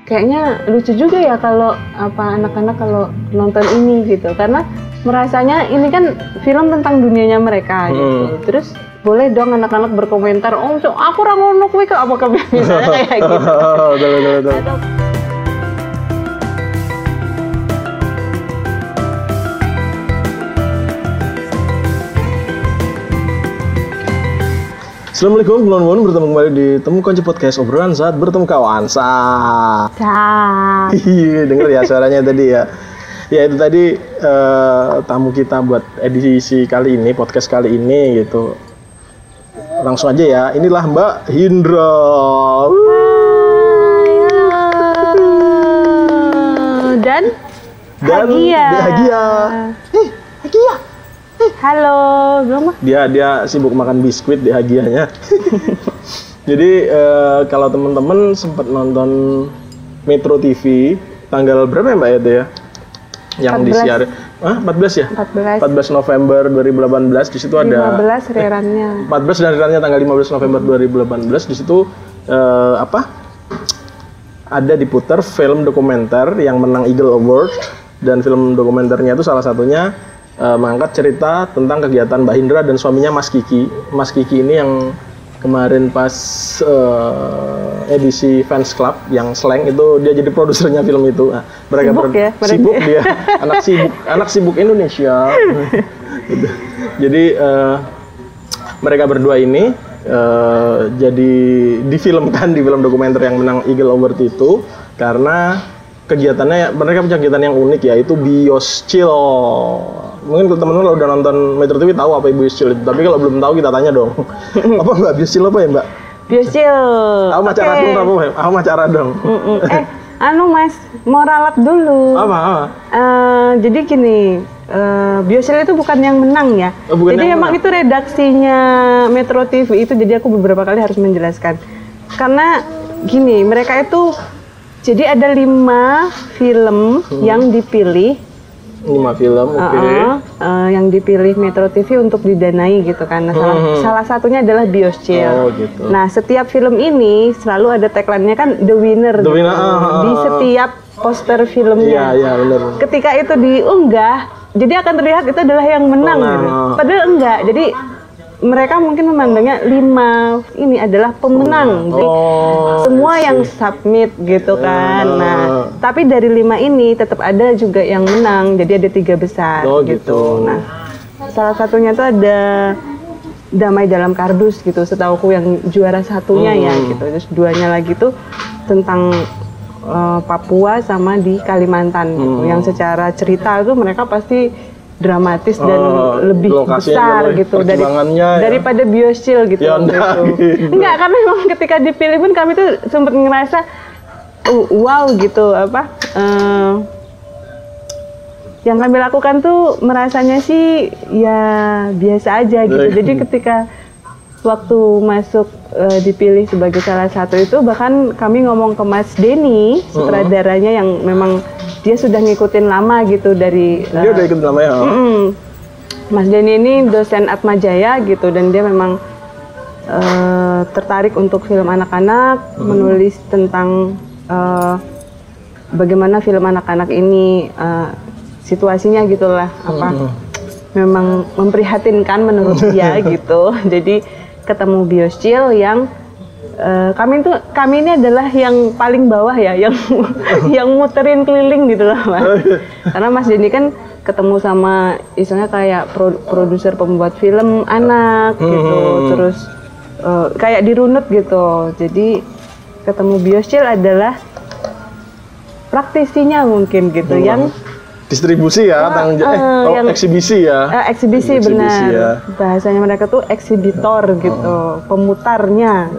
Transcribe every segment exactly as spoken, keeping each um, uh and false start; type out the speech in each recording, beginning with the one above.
kayaknya lucu juga ya kalau apa anak-anak kalau nonton ini gitu, karena merasanya ini kan film tentang dunianya mereka gitu. Hmm. Terus boleh dong anak-anak berkomentar, oh aku ra ngono kuwi kok, apakah misalnya kayak gitu. Betul, betul, betul. Assalamualaikum, teman-teman, bertemu kembali di Temu Kunci Podcast, obrolan saat bertemu kawan. Sa. Sa. Iya, denger ya suaranya tadi ya. Ya itu tadi uh, tamu kita buat edisi kali ini, podcast kali ini gitu. Langsung aja ya, inilah Mbak Hindra. Dan Dan Hagia. Hagia. Hei, Hagia. Halo, belum mah? Dia dia sibuk makan biskuit di Hagianya. Jadi uh, kalau teman-teman sempat nonton Metro T V tanggal berapa ya Mbak itu ya? Yang disiarin, ah empat belas ya? empat belas. empat belas November dua ribu delapan belas, di situ ada lima belas rerunnya. Eh, empat belas dan rerunnya tanggal lima belas November dua ribu delapan belas, di situ eh, apa? Ada diputar film dokumenter yang menang Eagle Award, dan film dokumenternya itu salah satunya eh, mengangkat cerita tentang kegiatan Mbak Hindra dan suaminya Mas Kiki. Mas Kiki ini yang kemarin pas uh, edisi Fans Club yang Slang itu dia jadi produsernya film itu. Nah, mereka sibuk ber- ya, sibuk dia, anak sibuk, anak sibuk Indonesia. Gitu. Jadi uh, mereka berdua ini uh, jadi difilmkan di film dokumenter yang menang Eagle Award itu karena kegiatannya, mereka punya kegiatan yang unik, yaitu Bioschill. Mungkin teman-teman kalau udah nonton Metro T V tahu apa Bioschill itu, tapi kalau belum tahu kita tanya dong. Apa Mbak Bioschill apa ya Mbak? Bioschill. Aku mau cara dong, apa? Aku mau cara dong. Eh, anu Mas, mau ralat dulu. Apa? Apa? Uh, jadi gini, uh, Bioschill itu bukan yang menang ya. Oh, bukan jadi yang memang menang. itu redaksinya Metro T V itu, jadi aku beberapa kali harus menjelaskan. Karena gini, mereka itu jadi ada lima film hmm. yang dipilih. Lima film, oke. Okay. Uh, uh, uh, yang dipilih Metro T V untuk didanai gitu kan. Nah, hmm. salah, salah satunya adalah Bioschill. Oh, gitu. Nah, setiap film ini selalu ada tagline-nya kan The Winner. The gitu. Winner. Uh, uh, di setiap poster filmnya. Iya, iya benar. Ketika itu diunggah, jadi akan terlihat itu adalah yang menang. Oh, gitu. nah. Padahal enggak. Jadi mereka mungkin memandangnya lima ini adalah pemenang. Jadi, oh, semua isi. yang submit gitu kan. Uh. Nah, tapi dari lima ini tetap ada juga yang menang. Jadi ada tiga besar oh, gitu. gitu. Nah, salah satunya tuh ada Damai Dalam Kardus gitu. Setauku yang juara satunya hmm. ya gitu. Terus duanya lagi tuh tentang uh, Papua sama di Kalimantan hmm. gitu. Yang secara cerita tuh mereka pasti dramatis dan uh, lebih besar gitu dari ya. daripada Bioschill gitu. Ya, gitu. gitu. Enggak, karena memang ketika dipilih pun kami tuh sempat ngerasa uh, wow gitu apa uh, yang kami lakukan tuh merasanya sih ya biasa aja gitu. Jadi ketika waktu masuk uh, dipilih sebagai salah satu itu, bahkan kami ngomong ke Mas Denny, sutradaranya yang memang dia sudah ngikutin lama gitu dari dia uh, udah ikut lama ya. Mm-mm. Mas Denny ini dosen Atmajaya gitu, dan dia memang uh, tertarik untuk film anak-anak, hmm. menulis tentang uh, bagaimana film anak-anak ini uh, situasinya gitulah apa hmm. memang memprihatinkan menurut dia gitu. Jadi ketemu Bioschill yang Uh, kami tuh kami ini adalah yang paling bawah ya, yang yang muterin keliling gitu lah Mas. Karena Mas Denny kan ketemu sama istilahnya kayak pro, produser pembuat film anak gitu, hmm. terus uh, kayak dirunut gitu. Jadi ketemu Bioschill adalah praktisinya mungkin gitu, hmm. yang distribusi ya, uh, tanggung, eh, uh, oh, yang, eksibisi ya. Uh, eksibisi, eksibisi benar. Ya. Bahasanya mereka tuh eksibitor gitu, hmm. pemutarnya.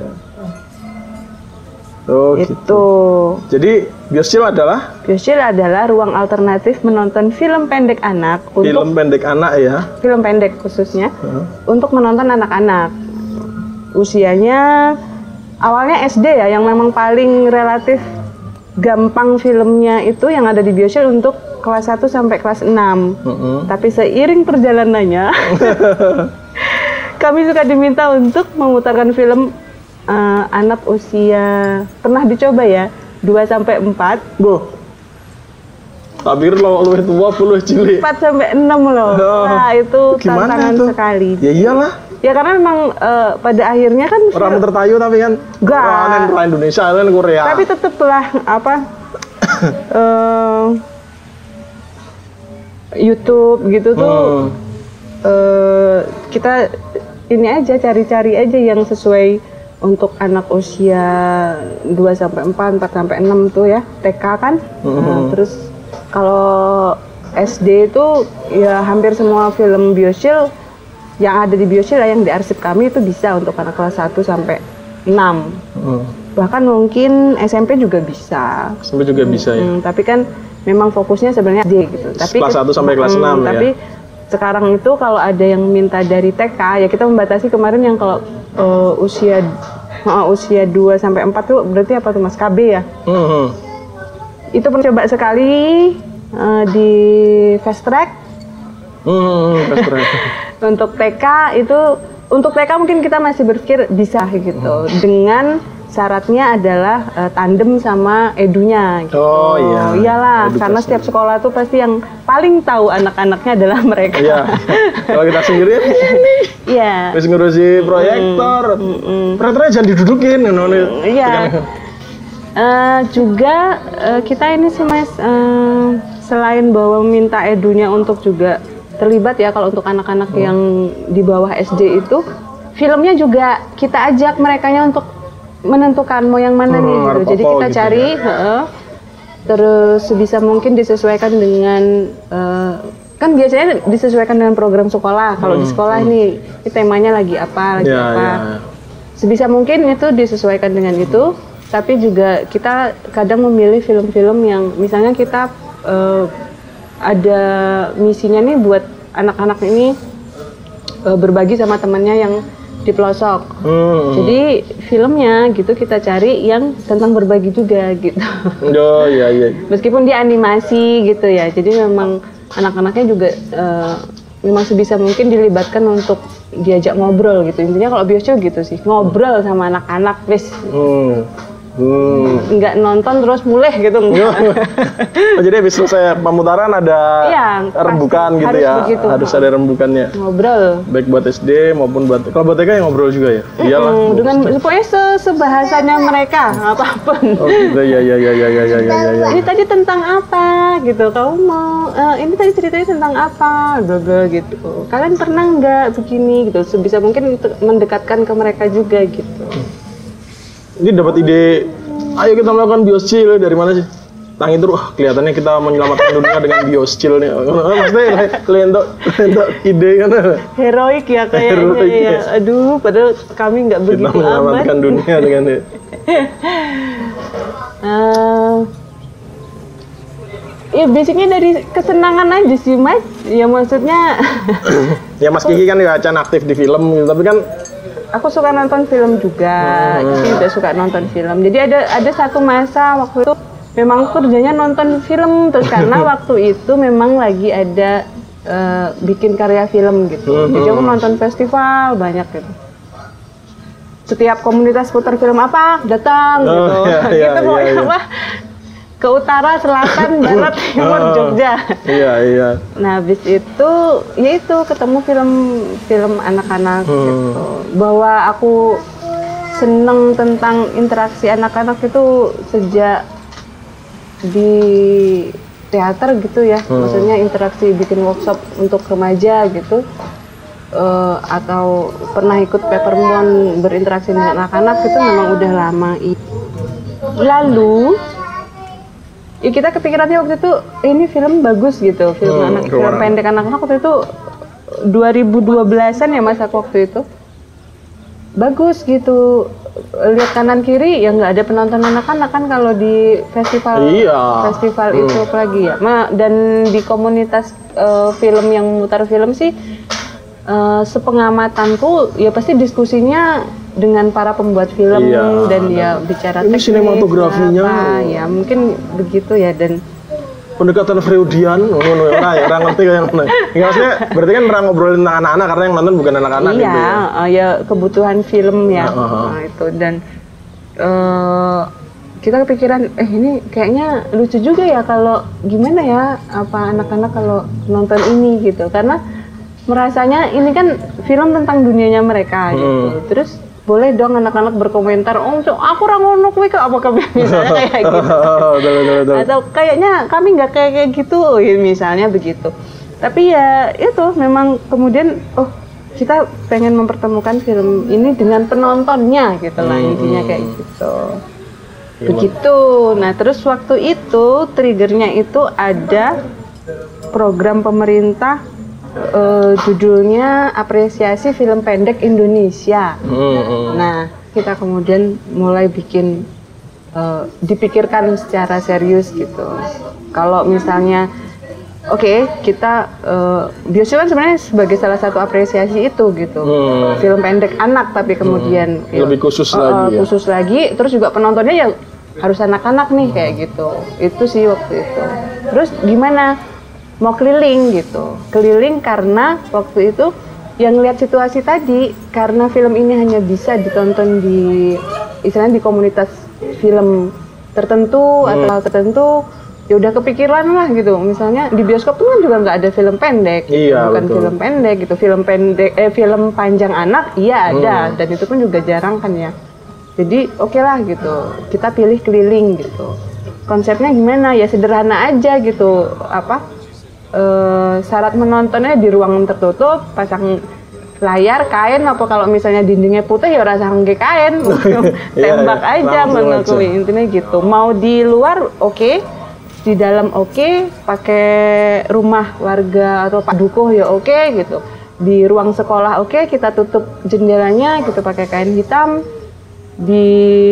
Oh, itu. Gitu. Jadi Bioschill adalah? Bioschill adalah ruang alternatif menonton film pendek anak. Film untuk, pendek anak ya? Film pendek khususnya uh. untuk menonton anak-anak. Usianya awalnya S D ya, yang memang paling relatif gampang filmnya itu yang ada di Bioschill untuk kelas satu sampai kelas enam. Uh-uh. Tapi seiring perjalanannya kami suka diminta untuk memutarkan film Uh, anak usia, pernah dicoba ya, dua sampai empat. Boh. Tapi lo lu tua puluh cilik. empat sampai enam loh. Oh, nah, itu gimana tantangan itu? sekali. Ya iyalah. Ya karena memang uh, pada akhirnya kan orang tertayu tapi kan Gak. orang Indonesia kan Korea. Tapi tetaplah apa uh, YouTube gitu tuh hmm. uh, kita ini aja cari-cari aja yang sesuai untuk anak usia dua sampai empat, empat sampai enam tuh ya, T K kan. Hmm. Nah, terus kalau S D itu ya hampir semua film Biosil yang ada di Biosil yang di arsip kami itu bisa untuk anak kelas satu sampai enam. Hmm. Bahkan mungkin S M P juga bisa. S M P juga hmm, bisa ya. Hmm, tapi kan memang fokusnya sebenarnya S D gitu. Tapi kelas satu sampai kelas hmm, enam ya. Tapi sekarang itu kalau ada yang minta dari T K ya kita membatasi kemarin yang kalau uh, usia uh, usia dua sampai empat tuh berarti apa tuh Mas, K B ya? Hmm. Itu pun coba sekali uh, di fast track. Hmm, fast track. Untuk T K itu, untuk T K mungkin kita masih berpikir bisa gitu, hmm. dengan syaratnya adalah uh, tandem sama edunya. Gitu. Oh iya. Iyalah, edukasi. Karena setiap sekolah tuh pasti yang paling tahu anak-anaknya adalah mereka. Iya. Kalau kita sendiri, iya. Terus ngurusi proyektor, mm, mm. proyektornya jangan didudukin, iya. Uh, juga uh, kita ini sih Mas, uh, selain bahwa minta edunya untuk juga terlibat ya kalau untuk anak-anak hmm. yang di bawah S D itu, filmnya juga kita ajak merekanya untuk menentukan mau yang mana hmm, nih gitu. Jadi kita gitu cari, ya. uh, terus sebisa mungkin disesuaikan dengan, uh, kan biasanya disesuaikan dengan program sekolah. Kalau hmm, di sekolah hmm. nih, ini temanya lagi apa, lagi ya, apa. Ya, ya. Sebisa mungkin itu disesuaikan dengan itu. Tapi juga kita kadang memilih film-film yang misalnya kita uh, ada misinya nih buat anak-anak ini uh, berbagi sama temannya yang di pelosok. Hmm. Jadi filmnya gitu kita cari yang tentang berbagi juga gitu. Oh iya iya. Meskipun dia animasi gitu ya. Jadi memang anak-anaknya juga uh, memang sebisa mungkin dilibatkan untuk diajak ngobrol gitu. Intinya kalau Biosil gitu sih, ngobrol sama anak-anak wis. Hmm. Hmm. Nggak nonton terus mulai gitu enggak. Oh, jadi habis selesai pemutaran ada ya, rembukan gitu harus ya begitu. Harus ada rembukannya, ngobrol baik buat S D maupun buat kalau buat T K yang ngobrol juga ya. Mm-hmm. Iyalah dengan pokoknya se sebahasanya mereka apapun. Oh gitu ya ya ya ya ya ya ya ya. Ini tadi tentang apa gitu, kamu mau uh, ini tadi ceritanya tentang apa, bla gitu. Kalian pernah nggak begini gitu, sebisa mungkin mendekatkan ke mereka juga gitu. Ini dapat ide, ayo kita melakukan Biosil dari mana sih? Tang itu, wah kelihatannya kita menyelamatkan dunia dengan Biosil nih. Maksudnya kalian tuh ide kan? Heroik ya kayaknya. Heroik, ya. Ya. Aduh, padahal kami nggak begitu amat. Kita menyelamatkan amat. Dunia dengan itu. uh, ya basicnya dari kesenangan aja sih Mas. Ya maksudnya. Ya Mas Kiki kan ya can aktif di film gitu, tapi kan. Aku suka nonton film juga, hmm. Kiki juga suka nonton film. Jadi ada ada satu masa waktu itu memang kerjanya nonton film terus karena waktu itu memang lagi ada uh, bikin karya film gitu. Hmm. Jadi aku nonton festival banyak gitu. Setiap komunitas putar film apa datang oh, gitu. Iya, iya, gitu iya, iya. Apa? Ke utara, selatan, barat, timur, oh, Jogja. Iya, iya. Nah, habis itu, ya itu ketemu film-film anak-anak hmm. gitu. Bahwa aku seneng tentang interaksi anak-anak itu sejak di teater gitu ya. Hmm. Maksudnya interaksi bikin workshop untuk remaja gitu. Uh, atau pernah ikut Papermoon berinteraksi dengan anak-anak itu memang udah lama. Lalu ya kita kepikirannya waktu itu ini film bagus gitu, film hmm, anak film pendek anak-anak waktu itu dua ribu dua belasan ya Mas aku waktu itu. Bagus gitu. Lihat kanan kiri ya nggak ada penonton anak-anak kan kalau di festival iya. festival hmm. itu apalagi ya. Nah, dan di komunitas uh, film yang mutar film sih uh, sepengamatanku ya pasti diskusinya dengan para pembuat film iya, dan dia bicara ini sinematografinya apa, ya mungkin begitu ya dan pendekatan Freudian ngono ora ya ora ngerti kayak ngono. Ya maksudnya berarti kan orang ngobrolin tentang anak-anak karena yang nonton bukan anak-anak iya, gitu ya. Iya, uh, ya kebutuhan film ya. Uh, uh, uh. Nah, itu dan uh, kita kepikiran, eh ini kayaknya lucu juga ya kalau gimana ya apa anak-anak kalau nonton ini gitu, karena merasanya ini kan film tentang dunianya mereka gitu. Hmm. Terus boleh dong anak-anak berkomentar, oh aku rangono kuwi kok apa misalnya kayak gitu. betul, betul, betul. Atau kayaknya kami nggak kayak kayak gitu, misalnya begitu. Tapi ya itu memang kemudian oh kita pengen mempertemukan film ini dengan penontonnya gitu lah, hmm. intinya kayak gitu. Begitu. Nah terus waktu itu triggernya itu ada program pemerintah. Uh, judulnya apresiasi film pendek Indonesia. Hmm. Nah, kita kemudian mulai bikin uh, dipikirkan secara serius gitu. Kalau misalnya, oke okay, kita uh, biasanya kan sebenarnya sebagai salah satu apresiasi itu gitu. Hmm. Film pendek anak, tapi kemudian hmm. lebih khusus uh, lagi. Ya? Khusus lagi. Terus juga penontonnya ya harus anak-anak nih kayak gitu. Itu sih waktu itu. Terus gimana? Mau keliling gitu, keliling karena waktu itu yang lihat situasi tadi, karena film ini hanya bisa ditonton di istilahnya di komunitas film tertentu hmm. atau tertentu, ya udah kepikiran lah gitu. Misalnya di bioskop tuh kan juga nggak ada film pendek, iya, bukan betul. film pendek gitu, film pendek, eh film panjang anak, iya ada, hmm. dan itu pun juga jarang kan ya. Jadi oke okay lah gitu, kita pilih keliling gitu. Konsepnya gimana? Ya sederhana aja gitu, apa? Uh, syarat menontonnya di ruang tertutup, pasang layar kain, apa kalau misalnya dindingnya putih ya rasa ngge kain, tembak yeah, aja menekui intinya gitu. Mau di luar oke, okay. Di dalam oke, okay. Pakai rumah warga atau pak dukuh ya oke okay, gitu. Di ruang sekolah oke, okay. Kita tutup jendelanya gitu pakai kain hitam. Di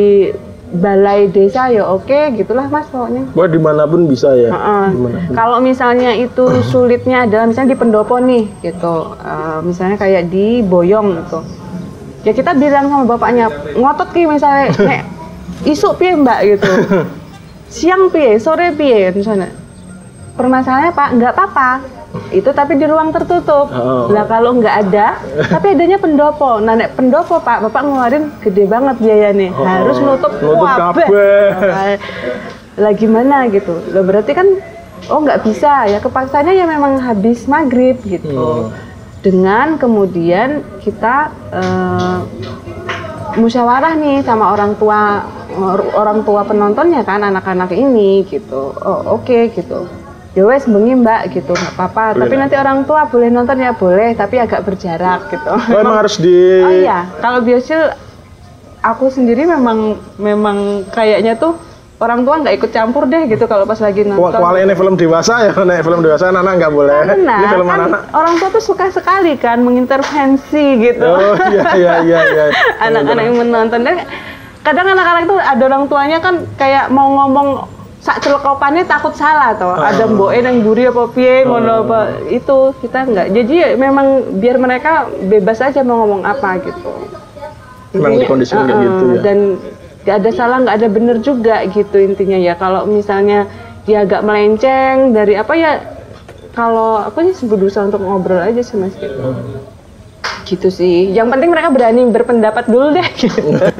balai desa ya oke okay, gitulah mas pokoknya. Wah dimanapun bisa ya. Uh-uh. Kalau misalnya itu sulitnya adalah misalnya di pendopo nih gitu, uh, misalnya kayak di Boyong gitu. Ya kita bilang sama bapaknya ngotot ki misalnya, nek isuk piye mbak gitu, siang piye, sore piye misalnya. Permasalahannya pak nggak apa-apa. Itu tapi di ruang tertutup. Oh. Lah kalau nggak ada, tapi adanya pendopo. Nah, nek pendopo Pak, Bapak ngeluarin gede banget biayanya. Oh. Harus nutup kabeh. Lah gimana gitu. Lah berarti kan oh nggak bisa ya, kepaksanya ya memang habis maghrib gitu. Hmm. Dengan kemudian kita uh, musyawarah nih sama orang tua orang tua penontonnya kan, anak-anak ini gitu. Oh oke okay, gitu. Ya wes bengi mbak gitu, nggak apa-apa. Tapi nanti orang tua boleh nonton ya boleh, tapi agak berjarak gitu. Oh emang harus di... Oh iya, kalau biosil aku sendiri memang memang kayaknya tuh orang tua nggak ikut campur deh gitu kalau pas lagi nonton. Kalau ini film dewasa ya, nih film dewasa anak nggak boleh. Nah, ini film kan anak. Orang tua tuh suka sekali kan mengintervensi gitu. Oh iya iya iya. iya. Anak-anak yang menonton dan kadang anak-anak tuh ada orang tuanya kan kayak mau ngomong sak celokopannya takut salah toh, uh, ada mboke nang mburi apa piye uh, ngono apa itu kita enggak. Jadi ya memang biar mereka bebas aja mau ngomong apa gitu. Memang dikondisikan uh, gitu ya. Dan enggak ada salah, enggak ada benar juga gitu intinya ya. Kalau misalnya dia agak melenceng dari apa ya, kalau aku sih berusaha untuk ngobrol aja sih Mas gitu. Uh. Gitu sih. Yang penting mereka berani berpendapat dulu deh gitu.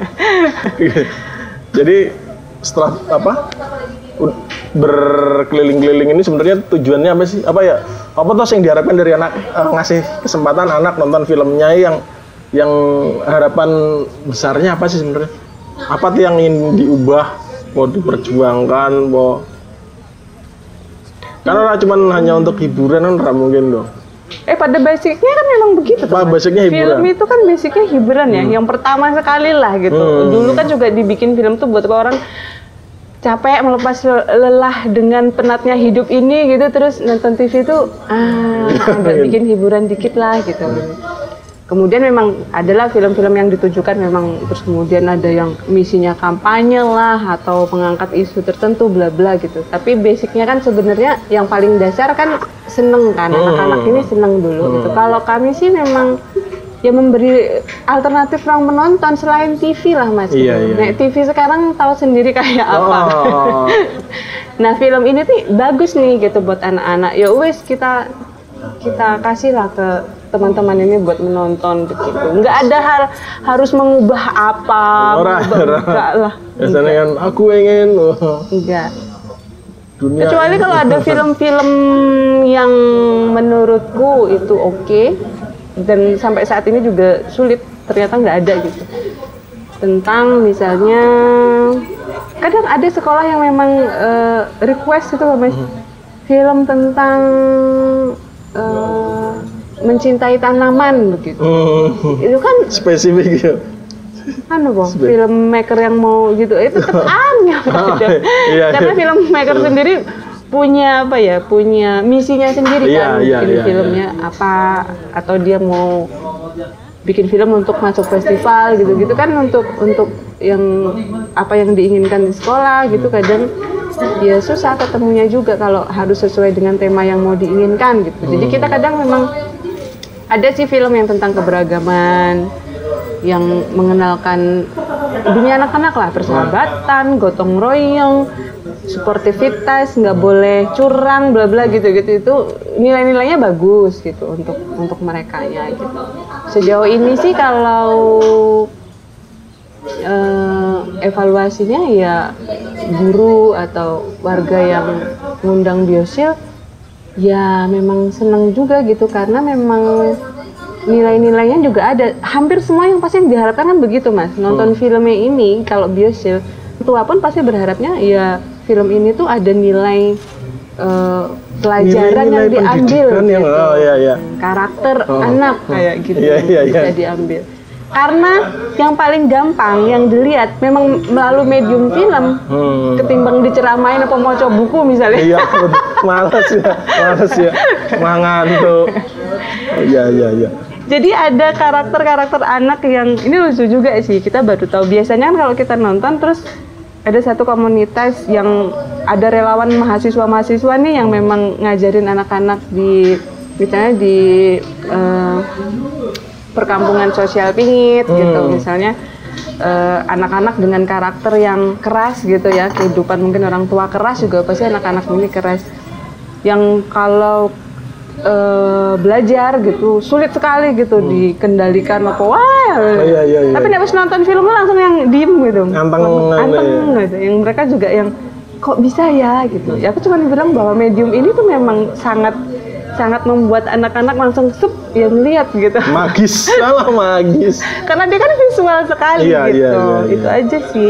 Jadi setelah apa? Berkeliling-keliling ini sebenarnya tujuannya apa sih? Apa ya? Apa tuh yang diharapkan dari anak uh, ngasih kesempatan anak nonton filmnya yang yang harapan besarnya apa sih sebenarnya? Apa tuh yang ingin diubah, mau diperjuangkan, mau karena cuma hanya untuk hiburan kan nggak mungkin dong. Eh pada basicnya kan memang begitu tuh. Basicnya hiburan. Film itu kan basicnya hiburan ya, hmm. yang pertama sekali lah gitu. Hmm. Dulu kan juga dibikin film tuh buat orang capek melepas lelah dengan penatnya hidup ini gitu, terus nonton T V itu ah agak bikin hiburan dikit lah gitu. Kemudian memang adalah film-film yang ditujukan memang, terus kemudian ada yang misinya kampanye lah atau mengangkat isu tertentu bla bla gitu. Tapi basicnya kan sebenarnya yang paling dasar kan seneng kan, anak-anak ini seneng dulu gitu. Kalau kami sih memang ya memberi alternatif orang menonton selain T V lah Mas. Iya, iya. Nah, T V sekarang tahu sendiri kayak apa. Oh. Nah film ini tuh bagus nih gitu buat anak-anak. Ya wes kita kita kasih lah ke teman-teman ini buat menonton begitu. Nggak ada hal harus mengubah apa, Orang, mengubah orang. enggak lah. Biasanya kan aku ingin wah, Enggak. dunia. Kecuali kalau ada film-film yang menurutku itu oke dan sampai saat ini juga sulit, ternyata nggak ada gitu. Tentang misalnya kadang ada sekolah yang memang uh, request itu loh Mas. Hmm. Film tentang uh, mencintai tanaman begitu. Hmm. Itu kan spesifik ya. Anu bang, filmmaker yang mau gitu itu tetap aneh. Oh, iya, karena iya. filmmaker sendiri punya apa ya, punya misinya sendiri kan, iya, bikin iya, filmnya iya. apa, atau dia mau bikin film untuk masuk festival gitu-gitu kan, untuk untuk yang apa yang diinginkan di sekolah gitu. Kadang ya susah ketemunya juga kalau harus sesuai dengan tema yang mau diinginkan gitu. Jadi kita kadang memang ada sih film yang tentang keberagaman, yang mengenalkan dunia anak-anak lah, persahabatan, gotong royong, sportivitas, nggak boleh curang, bla bla gitu-gitu. Itu nilai-nilainya bagus gitu untuk untuk merekanya gitu. Sejauh ini sih kalau eh, evaluasinya ya guru atau warga yang ngundang Biosil ya memang senang juga gitu, karena memang nilai-nilainya juga ada. Hampir semua yang pasti yang diharapkan kan begitu Mas. Nonton hmm. filmnya ini kalau Biosil, tua pun pasti berharapnya ya film ini tuh ada nilai uh, pelajaran nilai, nilai yang diambil gitu. Yang, oh, iya, iya. Karakter oh. anak kayak gitu iya, iya, bisa iya. diambil. Karena yang paling gampang yang dilihat memang melalui medium film hmm. ketimbang diceramain apa mau coba buku misalnya. Iya, malas ya, malas ya, mangantuk. Oh, iya, iya, iya. Jadi ada karakter-karakter anak yang ini lucu juga sih, kita baru tahu. Biasanya kan kalau kita nonton terus ada satu komunitas yang ada relawan mahasiswa-mahasiswa nih yang memang ngajarin anak-anak di misalnya di uh, perkampungan sosial Pingit hmm. gitu misalnya. Uh, anak-anak dengan karakter yang keras gitu ya, kehidupan mungkin orang tua keras juga pasti anak-anak ini keras. Yang kalau Uh, belajar gitu sulit sekali gitu hmm. dikendalikan apa wah oh, iya, iya, iya. tapi habis nonton filmnya langsung yang diem gitu, anteng anteng gitu. Yang mereka juga yang kok bisa ya gitu. Ya aku cuma bilang bahwa medium ini tuh memang sangat sangat membuat anak-anak langsung sup yang lihat gitu, magis, salah magis karena dia kan visual sekali iya, gitu. Iya, iya, iya. Itu aja sih.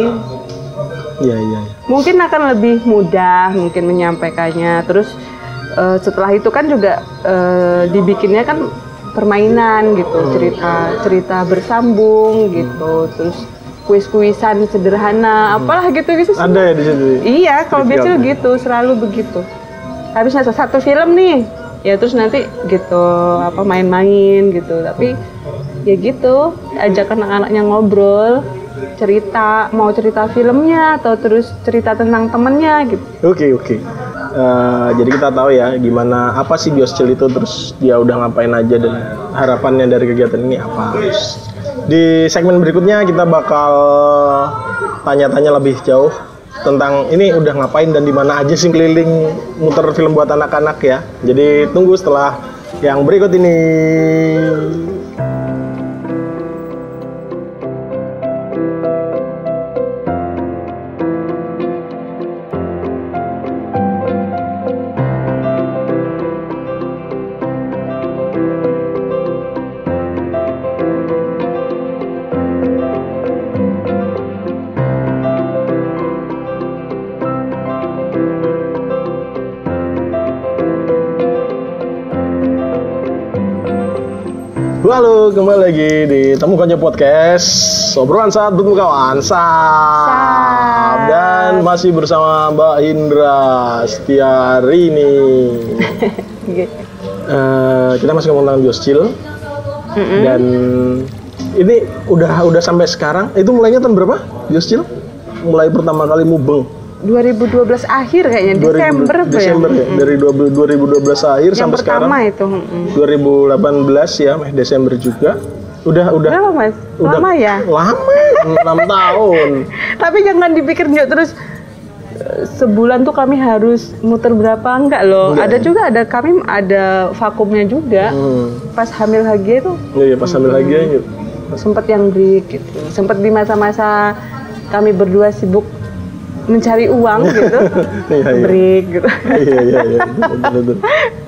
Iya, iya, iya. Mungkin akan lebih mudah mungkin menyampaikannya. Terus Uh, setelah itu kan juga uh, dibikinnya kan permainan gitu, hmm. cerita cerita bersambung gitu, terus kuis-kuisan sederhana, hmm. apalah gitu-gitu. Ada ya di situ. Iya, kalau biasa gitu, selalu begitu. Habisnya satu film nih, ya terus nanti gitu apa main-main gitu, tapi ya gitu, ajak anak-anaknya ngobrol, cerita, mau cerita filmnya atau terus cerita tentang temennya gitu. Oke okay, oke. Okay. Uh, jadi kita tahu ya gimana apa sih Biosil itu, terus dia udah ngapain aja dan harapannya dari kegiatan ini apa. Di segmen berikutnya kita bakal tanya-tanya lebih jauh tentang ini udah ngapain dan di mana aja sih keliling muter film buat anak-anak ya. Jadi tunggu setelah yang berikut ini. Halo, kembali lagi di Temu Konco Podcast, obrolan saat bertemu kawan, sap. Dan masih bersama Mbak Hindra Setiarini. uh, kita masih ngomong tentang Biosil. Mm-hmm. Dan ini udah udah sampai sekarang. Itu mulainya tahun berapa Biosil? Mulai pertama kali mubeng. dua ribu dua belas akhir kayaknya, Desember apa ya? Desember ya, mm-hmm. dari dua ribu dua belas akhir yang sampai sekarang. Yang pertama itu. Mm-hmm. dua ribu delapan belas ya, Desember juga. Udah udah. Berapa Mas? Udah, lama ya? Lama, enam tahun. Tapi jangan dipikir nggak terus sebulan tuh kami harus muter berapa enggak loh. Enggak, ada ya? juga ada kami ada vakumnya juga. Hmm. Pas hamil H G itu Iya, pas hamil lagi aja. sempat yang break gitu. Sempat di masa-masa kami berdua sibuk mencari uang gitu. Iya, iya. Break gitu. Iya, iya, iya. Betul, betul.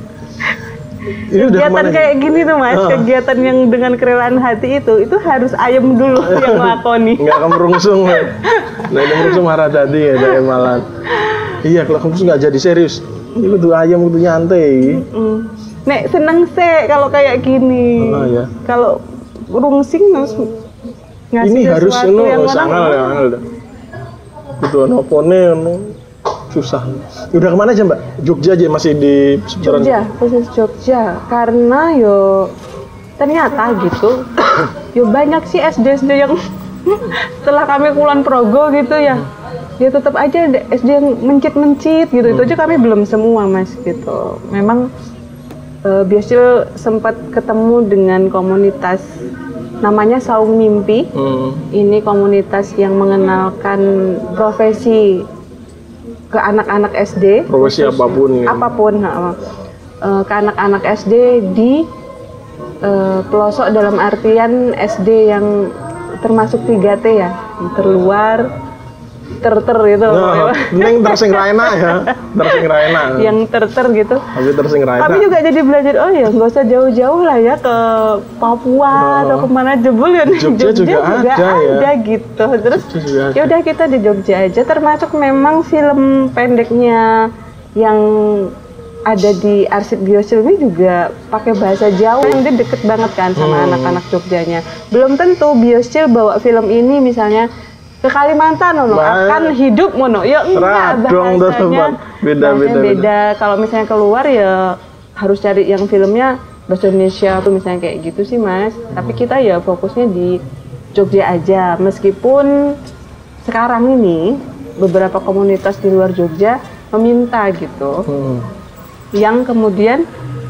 Ini udah Kegiatan kemana kayak nih? gini tuh Mas, Ah. kegiatan yang dengan kerelaan hati itu, itu harus ayam dulu yang lakoni. Nggak kemerungsung. Nah, kemerungsung marah tadi ya, kayak malan. Iya, kalau kemerungsung nggak jadi serius. Itu tuh ayam itu nyantai. Mm. Nek seneng sih kalau kayak gini. Ah, ya. Kalau rungsing harus ngasih Ini harus sesuatu no, yang orang sangal ya, sangal dah. Itu nopone no, susah. Udah kemana aja Mbak? Jogja aja masih di seputaran. Jogja, khusus Jogja. Karena yo ternyata gitu, yo banyak sih S D S D yang setelah kami Kulon Progo gitu ya, ya tetap aja ada S D yang mencit-mencit gitu. Itu aja kami belum semua Mas gitu. Memang uh, Biosil sempat ketemu dengan komunitas namanya Saung Mimpi. Hmm. Ini komunitas yang mengenalkan profesi ke anak-anak S D, Profesi khusus- apapun ya. apapun ha, uh, ke anak-anak S D di uh, pelosok dalam artian S D yang termasuk tiga T ya, yang terluar, ter-ter gitu, Nah, neng tersing raina ya, tersing raina. yang ter-ter gitu. Tapi tersing raina. Kami juga jadi belajar, oh ya nggak usah jauh-jauh lah ya ke Papua Oh. atau kemana jebul ya. Jogja juga ada ya. ada gitu. Terus Jogja juga ada. ya udah kita di Jogja aja. Termasuk memang film pendeknya yang ada di arsip Biosil ini juga pakai bahasa Jawa. Yang dia deket banget kan sama Hmm. anak-anak Jogjanya. Belum tentu Biosil bawa film ini misalnya ke Kalimantan ono Bah- akan hidup mono ya enggak Radong dah, bahasanya teman. Beda, bahasanya beda, beda. beda. Kalau misalnya keluar ya harus cari yang filmnya bahasa Indonesia tuh misalnya kayak gitu sih Mas. Tapi kita ya fokusnya di Jogja aja. Meskipun sekarang ini beberapa komunitas di luar Jogja meminta gitu. Hmm. Yang kemudian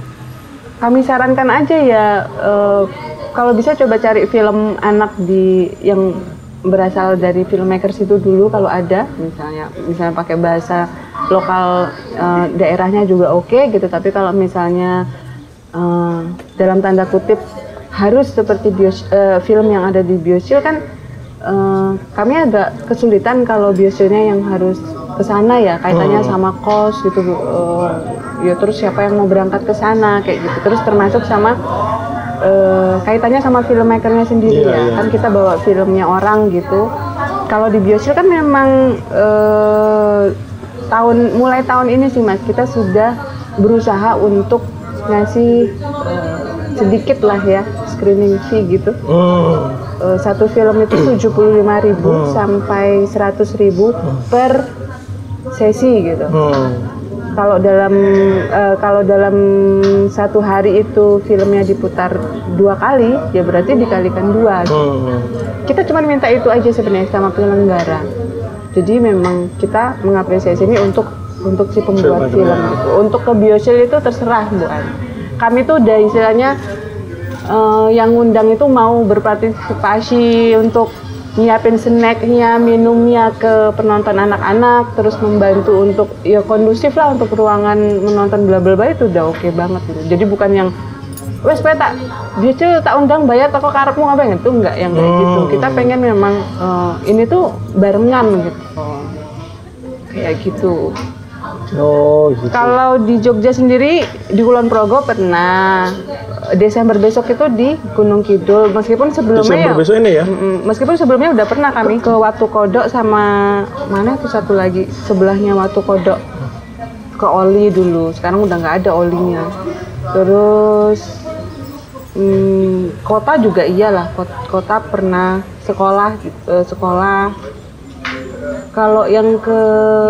kami sarankan aja ya eh, kalau bisa coba cari film anak di yang berasal dari filmmakers itu dulu kalau ada, misalnya misalnya pakai bahasa lokal eh, daerahnya juga oke gitu. Tapi kalau misalnya eh, dalam tanda kutip harus seperti bios, eh, film yang ada di Biosil kan eh, kami agak kesulitan kalau Biosilnya yang harus ke sana ya, kaitannya Hmm. sama kos gitu. eh, ya terus siapa yang mau berangkat ke sana kayak gitu. Terus termasuk sama eh, kaitannya sama filmmakernya sendiri Iya, ya. iya. Kan kita bawa filmnya orang gitu. Kalau di Biosil kan memang eh, tahun mulai tahun ini sih Mas, kita sudah berusaha untuk ngasih eh, sedikit lah ya screening fee gitu. Hmm. Eh, satu film itu tujuh puluh lima ribu sampai seratus ribu per sesi gitu. Hmm. Kalau dalam eh, kalau dalam satu hari itu filmnya diputar dua kali, ya berarti dikalikan dua. Hmm. Kita cuma minta itu aja sebenarnya sama penyelenggara. Jadi memang kita mengapresiasi ini untuk untuk si pembuat Filmmaker. film itu. Untuk ke Biosil itu terserah Bu An. Kami tuh udah istilahnya eh, yang ngundang itu mau berpartisipasi untuk nyiapin snacknya, minumnya ke penonton anak-anak, terus membantu untuk ya kondusif lah untuk ruangan menonton bla bla bla, itu udah oke banget gitu. Jadi bukan yang wes pe tak Biosil tak undang bayar toko karepmu ngapain, itu enggak yang kayak Hmm. gitu. Kita pengen memang eh, ini tuh barengan gitu. Kayak gitu. Oh, gitu. Kalau di Jogja sendiri di Kulon Progo pernah. Desember besok itu di Gunung Kidul, meskipun sebelumnya Desember ya besok ini ya? Mm-mm. Meskipun sebelumnya udah pernah kami ke Watu Kodok sama mana itu satu lagi sebelahnya Watu Kodok, ke Oli dulu. Sekarang udah nggak ada Olinya. Terus mm, kota juga iyalah, Kot- kota pernah sekolah gitu, eh, sekolah. Kalau yang ke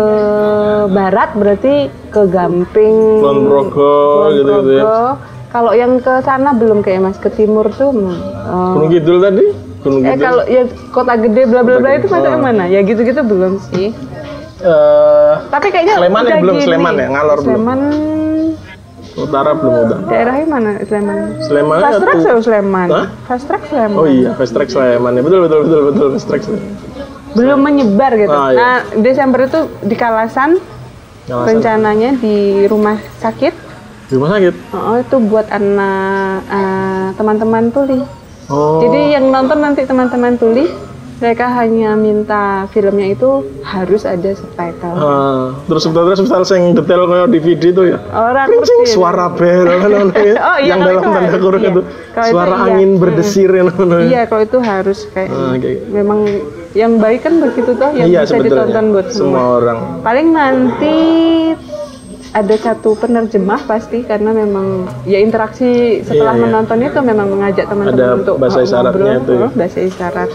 barat berarti ke Gamping, Kulon Progo, Kulon gitu-gitu ya. Progo. Kalau yang ke sana belum kayak Mas, ke timur tuh. mm, eh, Gunung Kidul tadi? Gunung Eh Kidul. kalau ya kota gede bla bla bla itu Oh. masuknya mana? Ya gitu-gitu belum sih. Eh, Tapi kayaknya Sleman ya udah belum, gini. Sleman ya? Ngalor belum? Sleman utara belum udah. daerahnya mana Sleman? Sleman Fast track tuh. selalu Sleman. Hah? Fast track Sleman. Oh iya, fast track Sleman ya. Betul betul betul betul fast track Sleman. belum menyebar gitu. Ah, iya. Nah, Desember itu di Kalasan, Kalasan. rencananya di rumah sakit. Di rumah sakit? Oh, itu buat anak uh, teman-teman tuli. Oh. Jadi yang nonton nanti teman-teman tuli, mereka hanya minta filmnya itu harus ada subtitle. Uh, terus subtitle subtitle yang detail kayak D V D itu ya. Orang Kencing, suara bel kan ya. Oh, iya, yang kalau dalam itu tanda harus, kurung iya. itu. Kalau Suara itu, iya. angin berdesir ya. Iya, kalau itu harus kayak Ah, kayak- memang yang baik kan begitu toh, yang Iya, bisa sebetulnya. ditonton buat semua semua. orang. Paling nanti ada satu penerjemah pasti karena memang ya interaksi setelah Iya, iya. menonton itu memang mengajak Ada teman-teman untuk bahasa ngo- isyaratnya ngobrol, itu ya. oh, bahasa isyarat.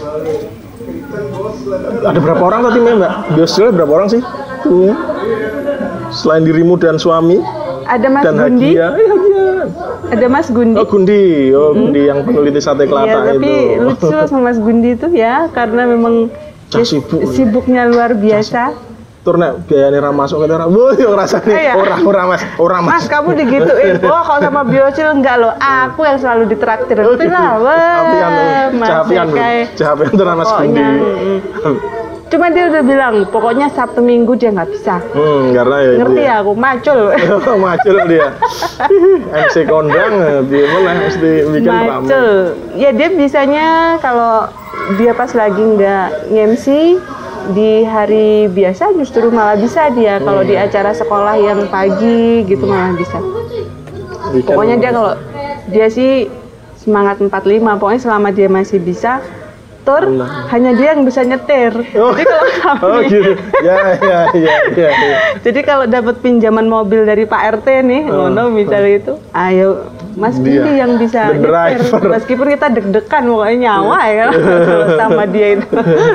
Ada berapa orang tadi Mbak? Biasanya berapa orang sih? Tuh. Selain dirimu dan suami Ada Mas dan Gundi, Hagia. Eh, Hagia. ada Mas Gundi. Oh Gundi, oh Gundi yang peneliti sate Iya, kelata tapi itu. lucu sama Mas Gundi itu ya karena memang Cah ya, sibuk. sibuknya luar biasa. Tur nek biayane ra masuk ke ora. Wah, yo rasane Iya. ora ora Mas, ora Mas. Mas, kamu digituin. Oh, kalau sama Biosil enggak loh. Aku yang selalu ditraktir. Itu lah, wah. Apian tuh. Mas, Cahapian tuh. kayak- Cahapian tuh Mas Gundi. Pokoknya, mm. Cuma dia udah bilang, pokoknya Sabtu Minggu dia nggak bisa. Hmm, karena ya itu Ngerti ya. ya, aku macul. Macul dia. M C kondang dia mana mesti bikin rame. Macul. Ya dia bisanya kalau dia pas lagi nggak nge-M C di hari biasa justru malah bisa dia. Kalau di acara sekolah yang pagi gitu malah bisa. Weekend. Pokoknya dia kalau dia sih semangat empat puluh lima. Pokoknya selama dia masih bisa tur, Nah. hanya dia yang bisa nyetir. Oh. Jadi kalau kami, Oh gitu. Ya ya ya ya. ya. jadi kalau dapat pinjaman mobil dari Pak R T nih, Oh. ngono misalnya itu, ayo Mas Dia, Gundi yang bisa the nyetir. driver. Meskipun kita deg-degan pokoknya nyawa ya kan kalau sama dia itu.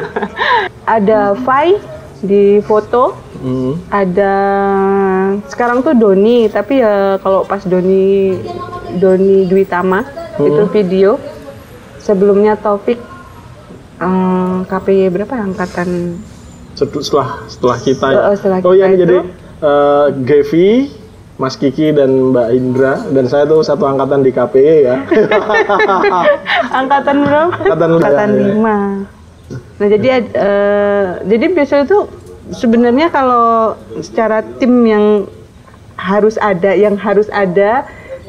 Ada Fai di foto, Hmm. ada sekarang tuh Doni, tapi ya kalau pas Doni Doni Dwitama itu video. Sebelumnya Taufik eh, K P Y berapa ya, angkatan Setu- Setelah setelah kita ya. Oh, oh, setelah Oh iya kita ini jadi itu. eh, Gevi, Mas Kiki dan Mbak Indra dan saya tuh satu angkatan di K P I ya. angkatan berapa? Angkatan lu, angkatan ya, ya. lima. Nah jadi eh, jadi biasanya tuh sebenarnya kalau secara tim yang harus ada, yang harus ada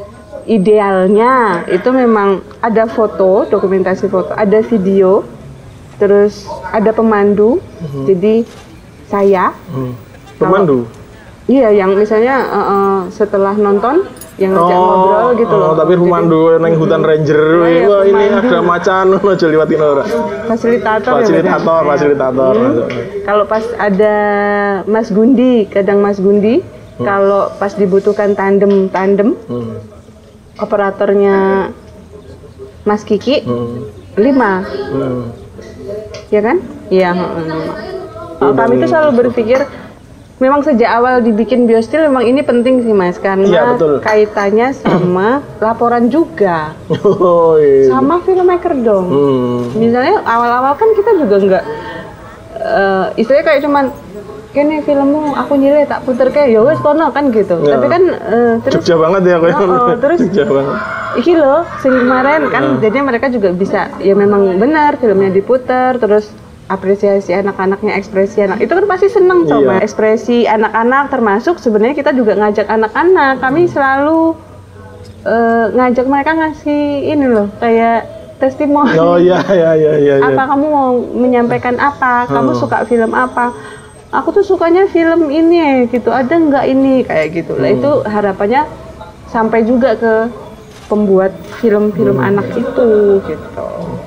idealnya itu memang ada foto, dokumentasi foto, ada video, terus ada pemandu. Jadi saya, Hmm. Pemandu. iya yang misalnya eh, eh, setelah nonton yang ngajak ngobrol gitu loh. oh, tapi Jadi, pemandu neng hutan ranger. Oh, iya, Wah ini pemandu. ada macan aja liwatin ora. fasilitator. ya, Fasilitator, Bang? fasilitator. Kalau pas ada Mas Gundi, kadang Mas Gundi, kalau pas dibutuhkan tandem-tandem, Hmm. operatornya Mas Kiki Hmm. lima, Hmm. ya kan? Iya. heeh, lima. Kalau kami itu selalu berpikir, memang sejak awal dibikin Biostil memang ini penting sih Mas, karena Iya, betul. kaitannya sama laporan juga, Oh iya. sama filmmaker dong. Hmm. Misalnya awal-awal kan kita juga nggak, eh, istilahnya kayak cuman kene filmmu aku nyile tak puter kayak ya wes kono kan gitu. Ya. Tapi kan eh, terus Jogja banget ya kayak. Oh, oh, terus Jogja banget. iki loh sing kemarin kan jadi mereka juga bisa ya memang benar filmnya diputer terus apresiasi anak-anaknya, ekspresi anak itu kan pasti seneng coba Iya. ekspresi anak-anak termasuk sebenarnya kita juga ngajak anak-anak kami selalu eh, ngajak mereka ngasih ini loh kayak testimoni. Oh iya iya iya iya. iya. Apa kamu mau menyampaikan apa? Kamu Hmm. suka film apa? Aku tuh sukanya film ini gitu. Ada nggak ini kayak gitu. Lah Hmm. itu harapannya sampai juga ke pembuat film-film Hmm. anak itu gitu.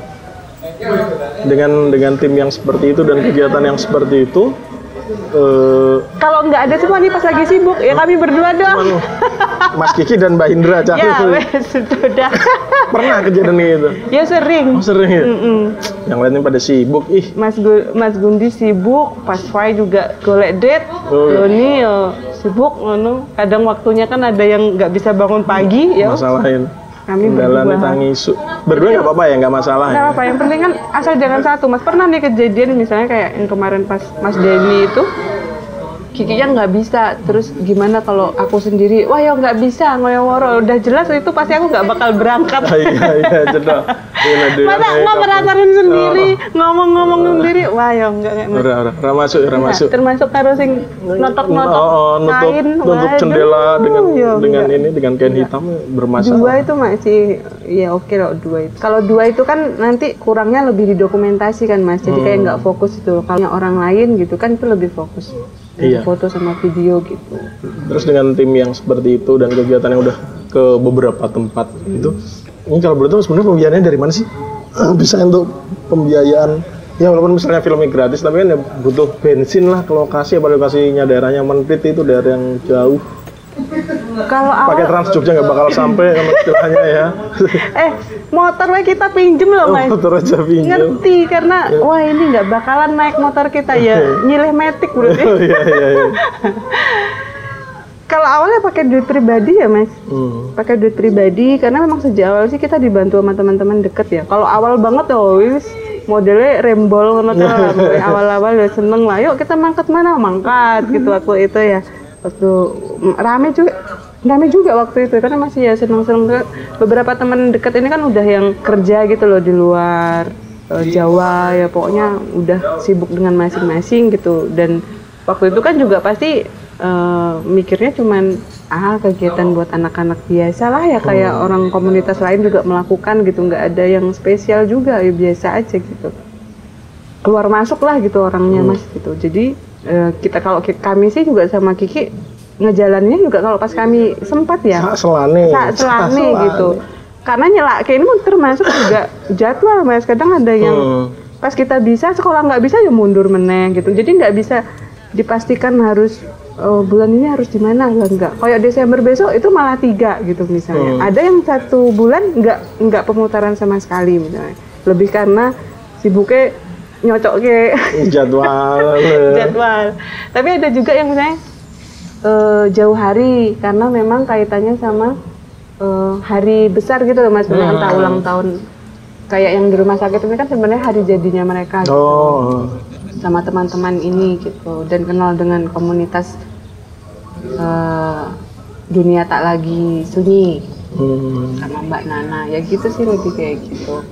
Dengan dengan tim yang seperti itu dan kegiatan yang seperti itu eh Kalau nggak ada semua nih pas lagi sibuk ya kami berdua doang. cuman Mas Kiki dan Mbak Indra Cak. Ya wes sudah. Pernah kejadian gitu. Ya sering. Oh, sering ya? Mm-mm. Yang lainnya pada sibuk. Ih, Mas Gu- Mas Gundi sibuk, pas Fai juga golek date, Oh, iya. Doni ya sibuk, ngono. Kadang waktunya kan ada yang nggak bisa bangun pagi, ya masalahin. kami Kendala berdua. tangi isu. Berdua nggak apa-apa ya, nggak masalah Nggak ya. apa-apa, yang penting kan asal jangan satu. Mas pernah nih kejadian misalnya kayak yang kemarin pas Mas Denny itu, Kikinya nggak bisa, terus gimana kalau aku sendiri? Wah ya nggak bisa, ngoyoworo. Udah jelas itu pasti aku nggak bakal berangkat. Ah, iya iya cedok. Masa nggak meratarin sendiri, ngomong-ngomong sendiri, wah ya enggak kayak Ora ora, ora masuk, ora masuk. Termasuk karo sing notok-notok Oh, nutup, kain, nutup wah, jendela aduh, dengan ya dengan enggak. ini dengan kain hitam bermasalah. Dua itu masih ya oke loh dua itu. Kalau dua itu kan nanti kurangnya lebih didokumentasi kan Mas. Jadi kayak nggak fokus itu. Kalau orang lain gitu kan itu lebih fokus. Iya. Foto sama video gitu. Terus dengan tim yang seperti itu dan kegiatan yang udah ke beberapa tempat itu, ini kalau boleh tahu sebenarnya pembiayaannya dari mana sih? Bisa untuk pembiayaan, ya walaupun misalnya filmnya gratis, tapi kan ya butuh bensin lah ke lokasi, apalagi lokasinya daerahnya Menpit itu daerah yang jauh. Kalau Pakai awal Trans Jogja nggak bakal sampai sama istilahnya ya. eh motornya kita pinjem loh Mas. Motor aja pinjam. Ngerti karena wah ini nggak bakalan naik motor kita ya nyilih metik berarti. Oh iya iya. iya. Kalau awalnya pakai duit pribadi ya Mas, Hmm. pakai duit pribadi karena memang sejak awal sih kita dibantu sama teman-teman deket ya. Kalau awal banget oh wis modelnya rembol ngono kan. Awal-awal udah seneng lah, yuk kita mangkat mana mangkat gitu waktu itu ya. Waktu mm, rame juga, rame juga waktu itu karena masih ya seneng-seneng. Beberapa teman deket ini kan udah yang kerja gitu loh di luar eh, Jawa ya, pokoknya udah sibuk dengan masing-masing gitu. Dan waktu itu kan juga pasti Uh, mikirnya cuman ah kegiatan buat anak-anak biasa lah ya kayak hmm. orang komunitas lain juga melakukan gitu, nggak ada yang spesial juga ya biasa aja gitu, keluar masuk lah gitu orangnya hmm. Mas gitu. Jadi uh, kita kalau kami sih juga sama Kiki ngejalannya juga kalau pas kami sempat ya Sak selane sak selane gitu, karena nyelak kayak ini termasuk juga jadwal Mas. Kadang ada yang hmm. pas kita bisa sekolah nggak bisa ya mundur meneh gitu, jadi nggak bisa dipastikan harus oh, bulan ini harus di mana, enggak. Kayak Desember besok itu malah tiga gitu misalnya. Hmm. Ada yang satu bulan enggak enggak pemutaran sama sekali misalnya. Lebih karena sibuknya nyocok ke jadwal. jadwal. Tapi ada juga yang misalnya uh, jauh hari karena memang kaitannya sama uh, hari besar gitu loh Mas, hmm. entah ulang tahun. Kayak yang di rumah sakit ini kan sebenarnya hari jadinya mereka gitu. Oh. Sama teman-teman ini gitu, dan kenal dengan komunitas uh, dunia tak lagi sunyi hmm. sama Mbak Nana ya gitu sih, lebih kayak gitu.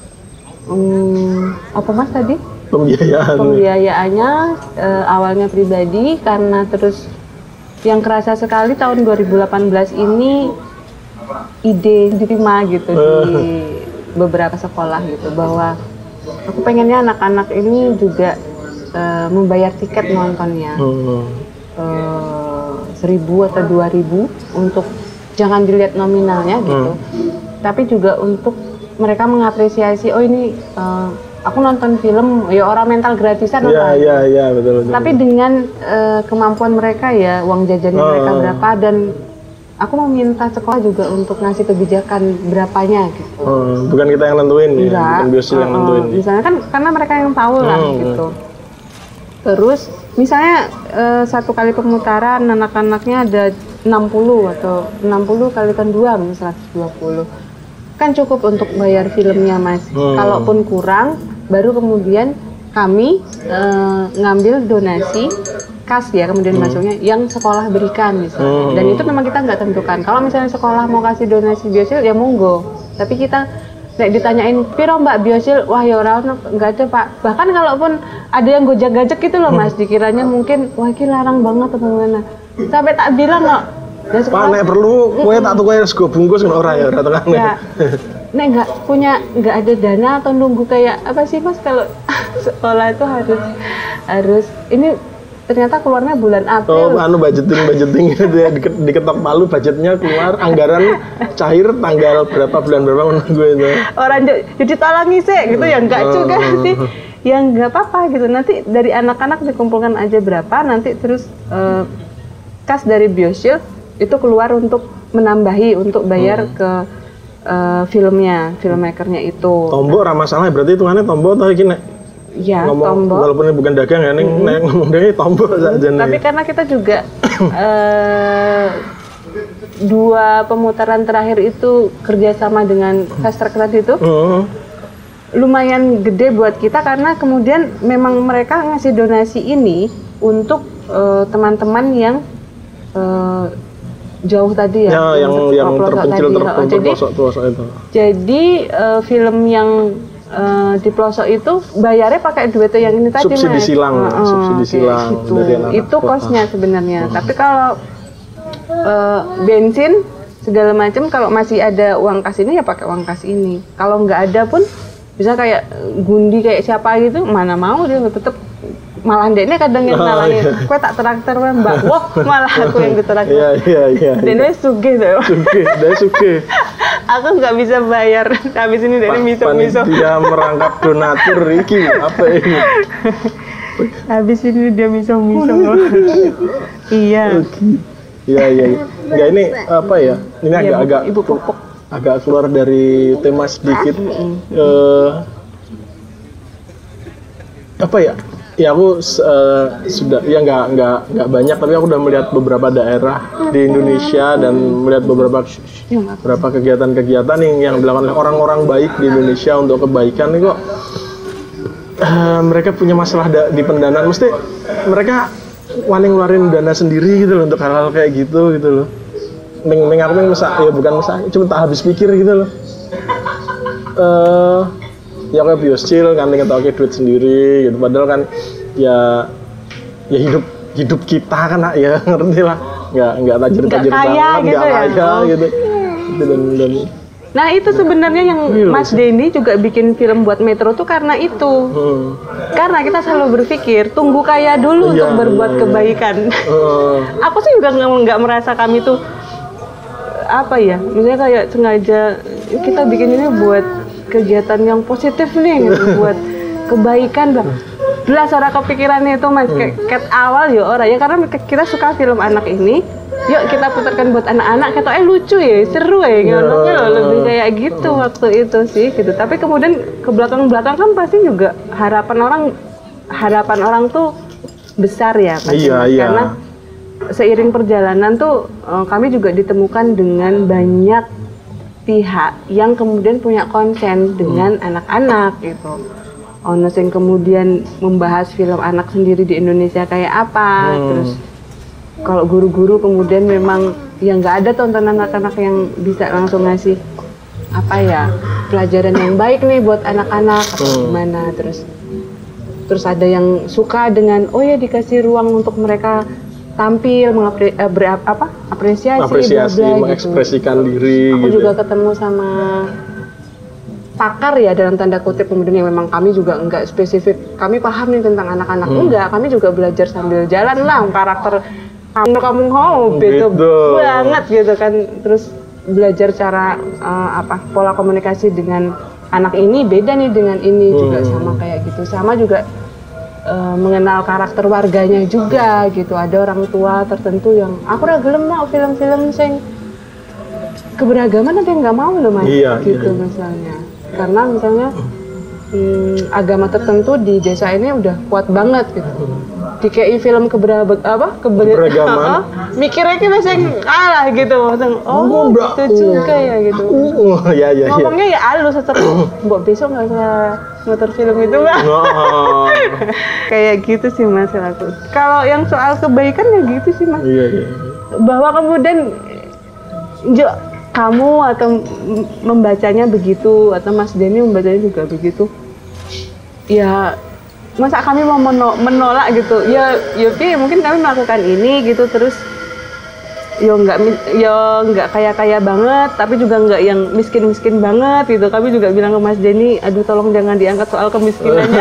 Hmm, apa Mas tadi? Pembiayaan. Pembiayaannya uh, awalnya pribadi karena terus yang kerasa sekali tahun dua ribu delapan belas ini ide diterima gitu uh. di beberapa sekolah gitu bahwa aku pengennya anak-anak ini juga Uh, membayar tiket nontonnya hmm. uh, seribu atau dua ribu untuk jangan dilihat nominalnya gitu, hmm. tapi juga untuk mereka mengapresiasi oh ini uh, aku nonton film ya orang mental gratisan ya, ya, ya, betul, betul. Tapi dengan uh, kemampuan mereka ya uang jajannya oh. mereka berapa, dan aku mau minta sekolah juga untuk ngasih kebijakan berapanya gitu. Hmm, bukan kita yang nentuin ya, bukan Biosil yang nentuin. Uh, misalnya kan karena mereka yang tahu lah hmm. gitu. Terus misalnya uh, satu kali pemutaran anak-anaknya ada enam puluh atau enam puluh kalikan dua misalnya seratus dua puluh. Kan cukup untuk bayar filmnya Mas. Hmm. Kalaupun kurang baru kemudian kami uh, ngambil donasi kas ya kemudian hmm. masuknya yang sekolah berikan misalnya. Hmm. Dan itu memang kita nggak tentukan. Kalau misalnya sekolah mau kasih donasi Biosil ya monggo. Tapi kita nek ditanyain piro Mbak Biosil, wah ya orang nggak ada Pak. Bahkan kalaupun ada yang gojek-gojek gitu loh Mas, dikiranya mungkin wah ini larang banget atau gimana. Sampai tak bilang kok. Pak nek perlu kue tak tuh kue sego bungkus kan orang ya rata kan. Ya. Nek nggak punya nggak ada dana atau nunggu kayak apa sih Mas kalau sekolah itu harus harus ini ternyata keluarnya bulan April. Oh, anu budgeting budgeting itu ya diketok palu budgetnya keluar anggaran cair tanggal berapa bulan berapa menunggu itu. Orang jadi tolong ngisi gitu ya enggak juga sih. Ya enggak apa-apa gitu. Nanti dari anak-anak dikumpulkan aja berapa nanti terus uh, kas dari Biosil itu keluar untuk menambahi untuk bayar hmm. ke uh, filmnya, filmmakernya itu. Tombol ramah masalah berarti hitungannya tombol atau gini? Ya, ngomong, tombol. Walaupun ini bukan dagang ya, neng, mm-hmm. neng ngomong dari tombol saja nih. Tapi karena kita juga uh, dua pemutaran terakhir itu kerjasama dengan Fast Track tadi itu, mm-hmm. lumayan gede buat kita karena kemudian memang mereka ngasih donasi ini untuk uh, teman-teman yang uh, jauh tadi ya, Ya, yang yang pelosok terpencil tadi. ter- Oh, jadi terpelosok-pelosok itu. jadi eh, film yang eh, di pelosok itu bayarnya pakai duit yang ini tadi, Subsidi Mas. silang, Heeh, subsidi kayak silang gitu. dari anak-anak Itu kota. kosnya sebenarnya. Tapi kalau eh, bensin segala macam, kalau masih ada uang kas ini ya pakai uang kas ini. Kalau nggak ada pun bisa kayak gundi kayak siapa gitu, mana mau dia tetap malah deknya kadang yang Oh, nalangin, iya. kue tak traktir we, mbak, wah malah aku yang ditraktir. Iya iya iya. Deknya sugih tuh. Suke, dari suke. Aku nggak bisa bayar, habis ini deknya miso-miso. Panitia merangkap donatur iki apa ini? Habis ini dia miso-miso. Iya. Iya iya. iya. Enggak ini apa ya? Ini Iya, Bu. agak-agak Ibu pupuk. agak keluar dari tema sedikit. Eh, apa ya? Ya aku eh, sudah ya nggak nggak nggak banyak tapi aku udah melihat beberapa daerah di Indonesia dan melihat beberapa beberapa kegiatan-kegiatan yang yang dilakukan oleh orang-orang baik di Indonesia untuk kebaikan ini kok eh, mereka punya masalah da- di pendanaan, mesti mereka wani ngeluarin dana sendiri gitu loh untuk hal-hal kayak gitu gitu loh. Meng, meng aku meng mesa, ya bukan mesa, cuma tak habis pikir gitu loh. Eh ya kayak bioscil kan ngetoke duit sendiri gitu, padahal kan ya ya hidup hidup kita kan ya ngerti lah, nggak nggak tajir-tajir Nggak kaya banget, gitu nggak ya. kaya Oh. gitu. Gitu, dan dan Nah itu sebenarnya yang Iya, Mas Denny juga bikin film buat Metro tuh karena itu. hmm. Karena kita selalu berpikir tunggu kaya dulu Iya, untuk berbuat iya, iya. kebaikan. Eh, Aku sih juga nggak nggak merasa kami tuh apa ya, misalnya kayak sengaja kita bikin ini buat kegiatan yang positif nih, gitu, buat kebaikan lah. Belas orang kepikiran itu Mas, kayak ket awal ya orang ya karena kita suka film anak ini. Yuk kita putarkan buat anak-anak, kita eh lucu ya, seru ya, ngono loh, lebih kayak gitu waktu itu sih gitu. Tapi kemudian ke belakang-belakang kan pasti juga harapan orang harapan orang tuh besar ya pasti, Iya, Mas. iya. Karena seiring perjalanan tuh eh, kami juga ditemukan dengan banyak pihak yang kemudian punya konsen dengan anak-anak gitu. Ono sing kemudian membahas film anak sendiri di Indonesia kayak apa, Hmm. terus kalau guru-guru kemudian memang ya nggak ada tontonan anak-anak yang bisa langsung ngasih apa ya pelajaran yang baik nih buat anak-anak atau Hmm. gimana, terus terus ada yang suka dengan oh ya dikasih ruang untuk mereka tampil mengapre, eh, ber, apa apresiasi, apresiasi, bla bla gitu. mengekspresikan diri Aku gitu. juga ketemu sama pakar ya dalam tanda kutip kemudian yang memang kami juga enggak spesifik kami paham nih tentang anak-anak, Hmm. enggak, kami juga belajar sambil jalan lah karakter kamu kamu mau beda Gitu. banget gitu kan, terus belajar cara eh, apa pola komunikasi dengan anak ini beda nih dengan ini juga Hmm. sama kayak gitu, sama juga eh, mengenal karakter warganya juga gitu. Ada orang tua tertentu yang aku udah gelem mau film-film sing keberagaman ada yang nggak mau loh Mas, Iya, gitu iya. misalnya karena misalnya hmm, agama tertentu di desa ini udah kuat banget gitu. Di K I film keberag apa keber- Keberagaman. mikirnya kita sing kalah gitu maksudnya, oh Enggak. gitu juga ya gitu. Oh, ya ya ya. Ngomongnya ya halus tetap mbok besok nggak usah muter film itu Mbak. Oh, Kayak gitu sih Mas aku. Kalau yang soal kebaikan ya gitu sih Mas. iya iya. Bahwa kemudian Jo, kamu atau m- membacanya begitu atau Mas Denny membacanya juga begitu. Ya masa kami mau meno- menolak gitu. Ya ya Pi, mungkin kami melakukan ini gitu terus ya nggak mi- ya nggak kaya-kaya banget tapi juga nggak yang miskin-miskin banget gitu. Kami juga bilang ke Mas Denny, aduh tolong jangan diangkat soal kemiskinannya.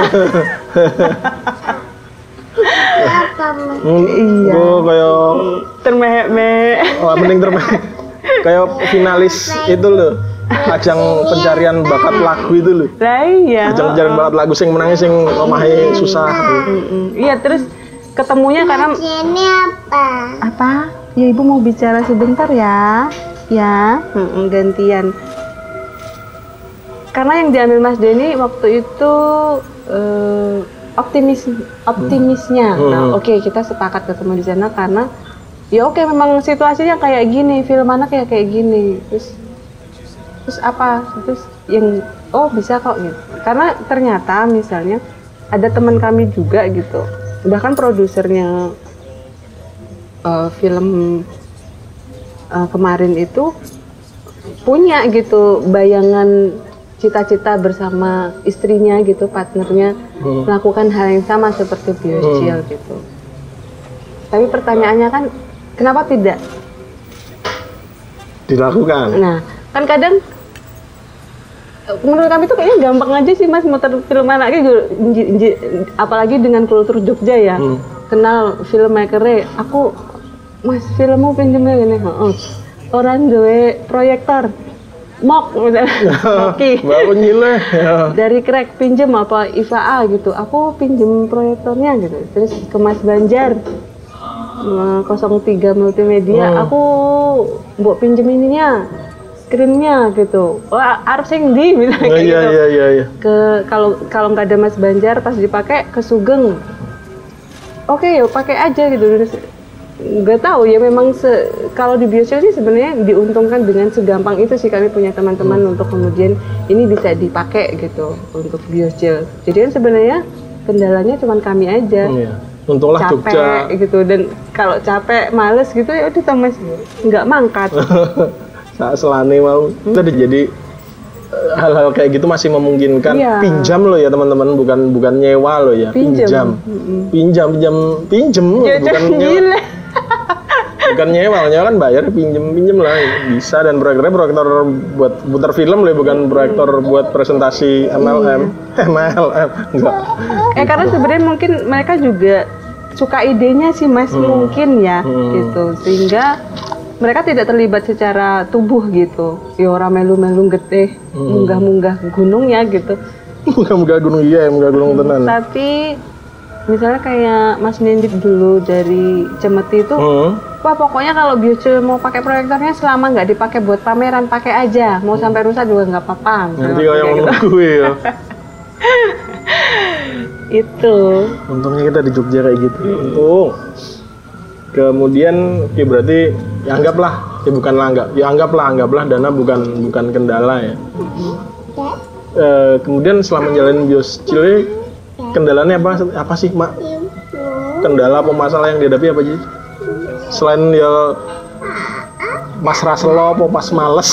Hmm, Iya. Gue kayak Termehek-mehek. oh, mending termain kayak finalis itu loh, ajang pencarian bakat lagu itu loh. Lah iya. Ajang pencarian bakat lagu sing menangis sing omahe susah. Mm-mm. Iya, terus ketemunya karena Ini apa? apa? Ya ibu mau bicara sebentar ya, ya. Mm-mm, gantian. Karena yang diambil Mas Denny waktu itu eh, optimis, optimisnya. Nah, Hmm. oke kita sepakat ketemu di sana karena ya oke memang situasinya kayak gini, film anak ya kayak gini. Terus terus apa? Terus yang oh bisa kok gitu. Karena ternyata misalnya ada teman kami juga gitu, bahkan produsernya eh, film uh, kemarin itu punya gitu bayangan cita-cita bersama istrinya gitu, partnernya hmm. melakukan hal yang sama seperti Bioscil hmm. gitu. Tapi pertanyaannya kan kenapa tidak dilakukan? Nah, kan kadang menurut kami tuh kayaknya gampang aja sih Mas muter film anak gitu, apalagi dengan kultur Jogja ya. Hmm. Kenal filmmaker-nya, aku Mas filmmu pinjemnya gini, heeh. Orang duwe proyektor. Mok misalnya. Oke. Baru nyileh. Ya. Dari Crack pinjem apa I V A gitu. Aku pinjem proyektornya gitu. Terus ke Mas Banjar. nol tiga multimedia, hmm. aku mbok pinjem ininya. Screennya gitu, wah harus yang di misalnya oh, kayak iya, gitu. Iya, iya, iya. Ke kalau kalau nggak ada Mas Banjar pas dipakai ke Sugeng, oke okay, ya pakai aja gitu. Nggak tahu ya memang se, kalau di Bioscil sih sebenarnya diuntungkan dengan segampang itu sih, kami punya teman-teman hmm. untuk kemudian ini bisa dipakai gitu untuk Bioscil. Jadi kan sebenarnya kendalanya cuma kami aja. Hmm, iya. Untunglah capek Jogja gitu, dan kalau capek males gitu ya udah Mas nggak mangkat. Saat selane mau hmm. tadi jadi hal-hal kayak gitu masih memungkinkan. Iya. Pinjam loh ya teman-teman, bukan bukan nyewa loh ya, pinjam pinjam hmm. pinjam pinjam pinjem ya, bukan nyewa. Bukan nyewa, nyewa kan bayar, pinjem pinjem lah bisa. Dan proyektornya proyektor buat putar film loh, bukan proyektor buat presentasi M L M. M L M enggak. Eh karena sebenarnya mungkin mereka juga suka idenya sih Mas, hmm. mungkin ya hmm. gitu, sehingga mereka tidak terlibat secara tubuh gitu. Ya orang melu-melu getih, hmm. munggah-munggah gunungnya gitu. Munggah-munggah gunung iya, munggah gunung tenan. Tapi misalnya kayak Mas Nindip dulu dari Cemeti itu, hmm. wah pokoknya kalau Bioscil mau pakai proyektornya selama nggak dipakai buat pameran, pakai aja. Mau hmm. sampai rusak juga nggak apa-apa. Nanti kalau yang menurut gue ya. Itu. Untungnya kita di Jogja kayak gitu. Untung. Kemudian, oke berarti ya anggaplah, ya bukanlah anggap, ya anggaplah, anggaplah dana bukan bukan kendala ya. E, kemudian setelah menjalani Bioscil, kendalanya apa apa sih Mak? Kendala apa masalah yang dihadapi apa sih? Selain ya Mas Raselo apa pas males?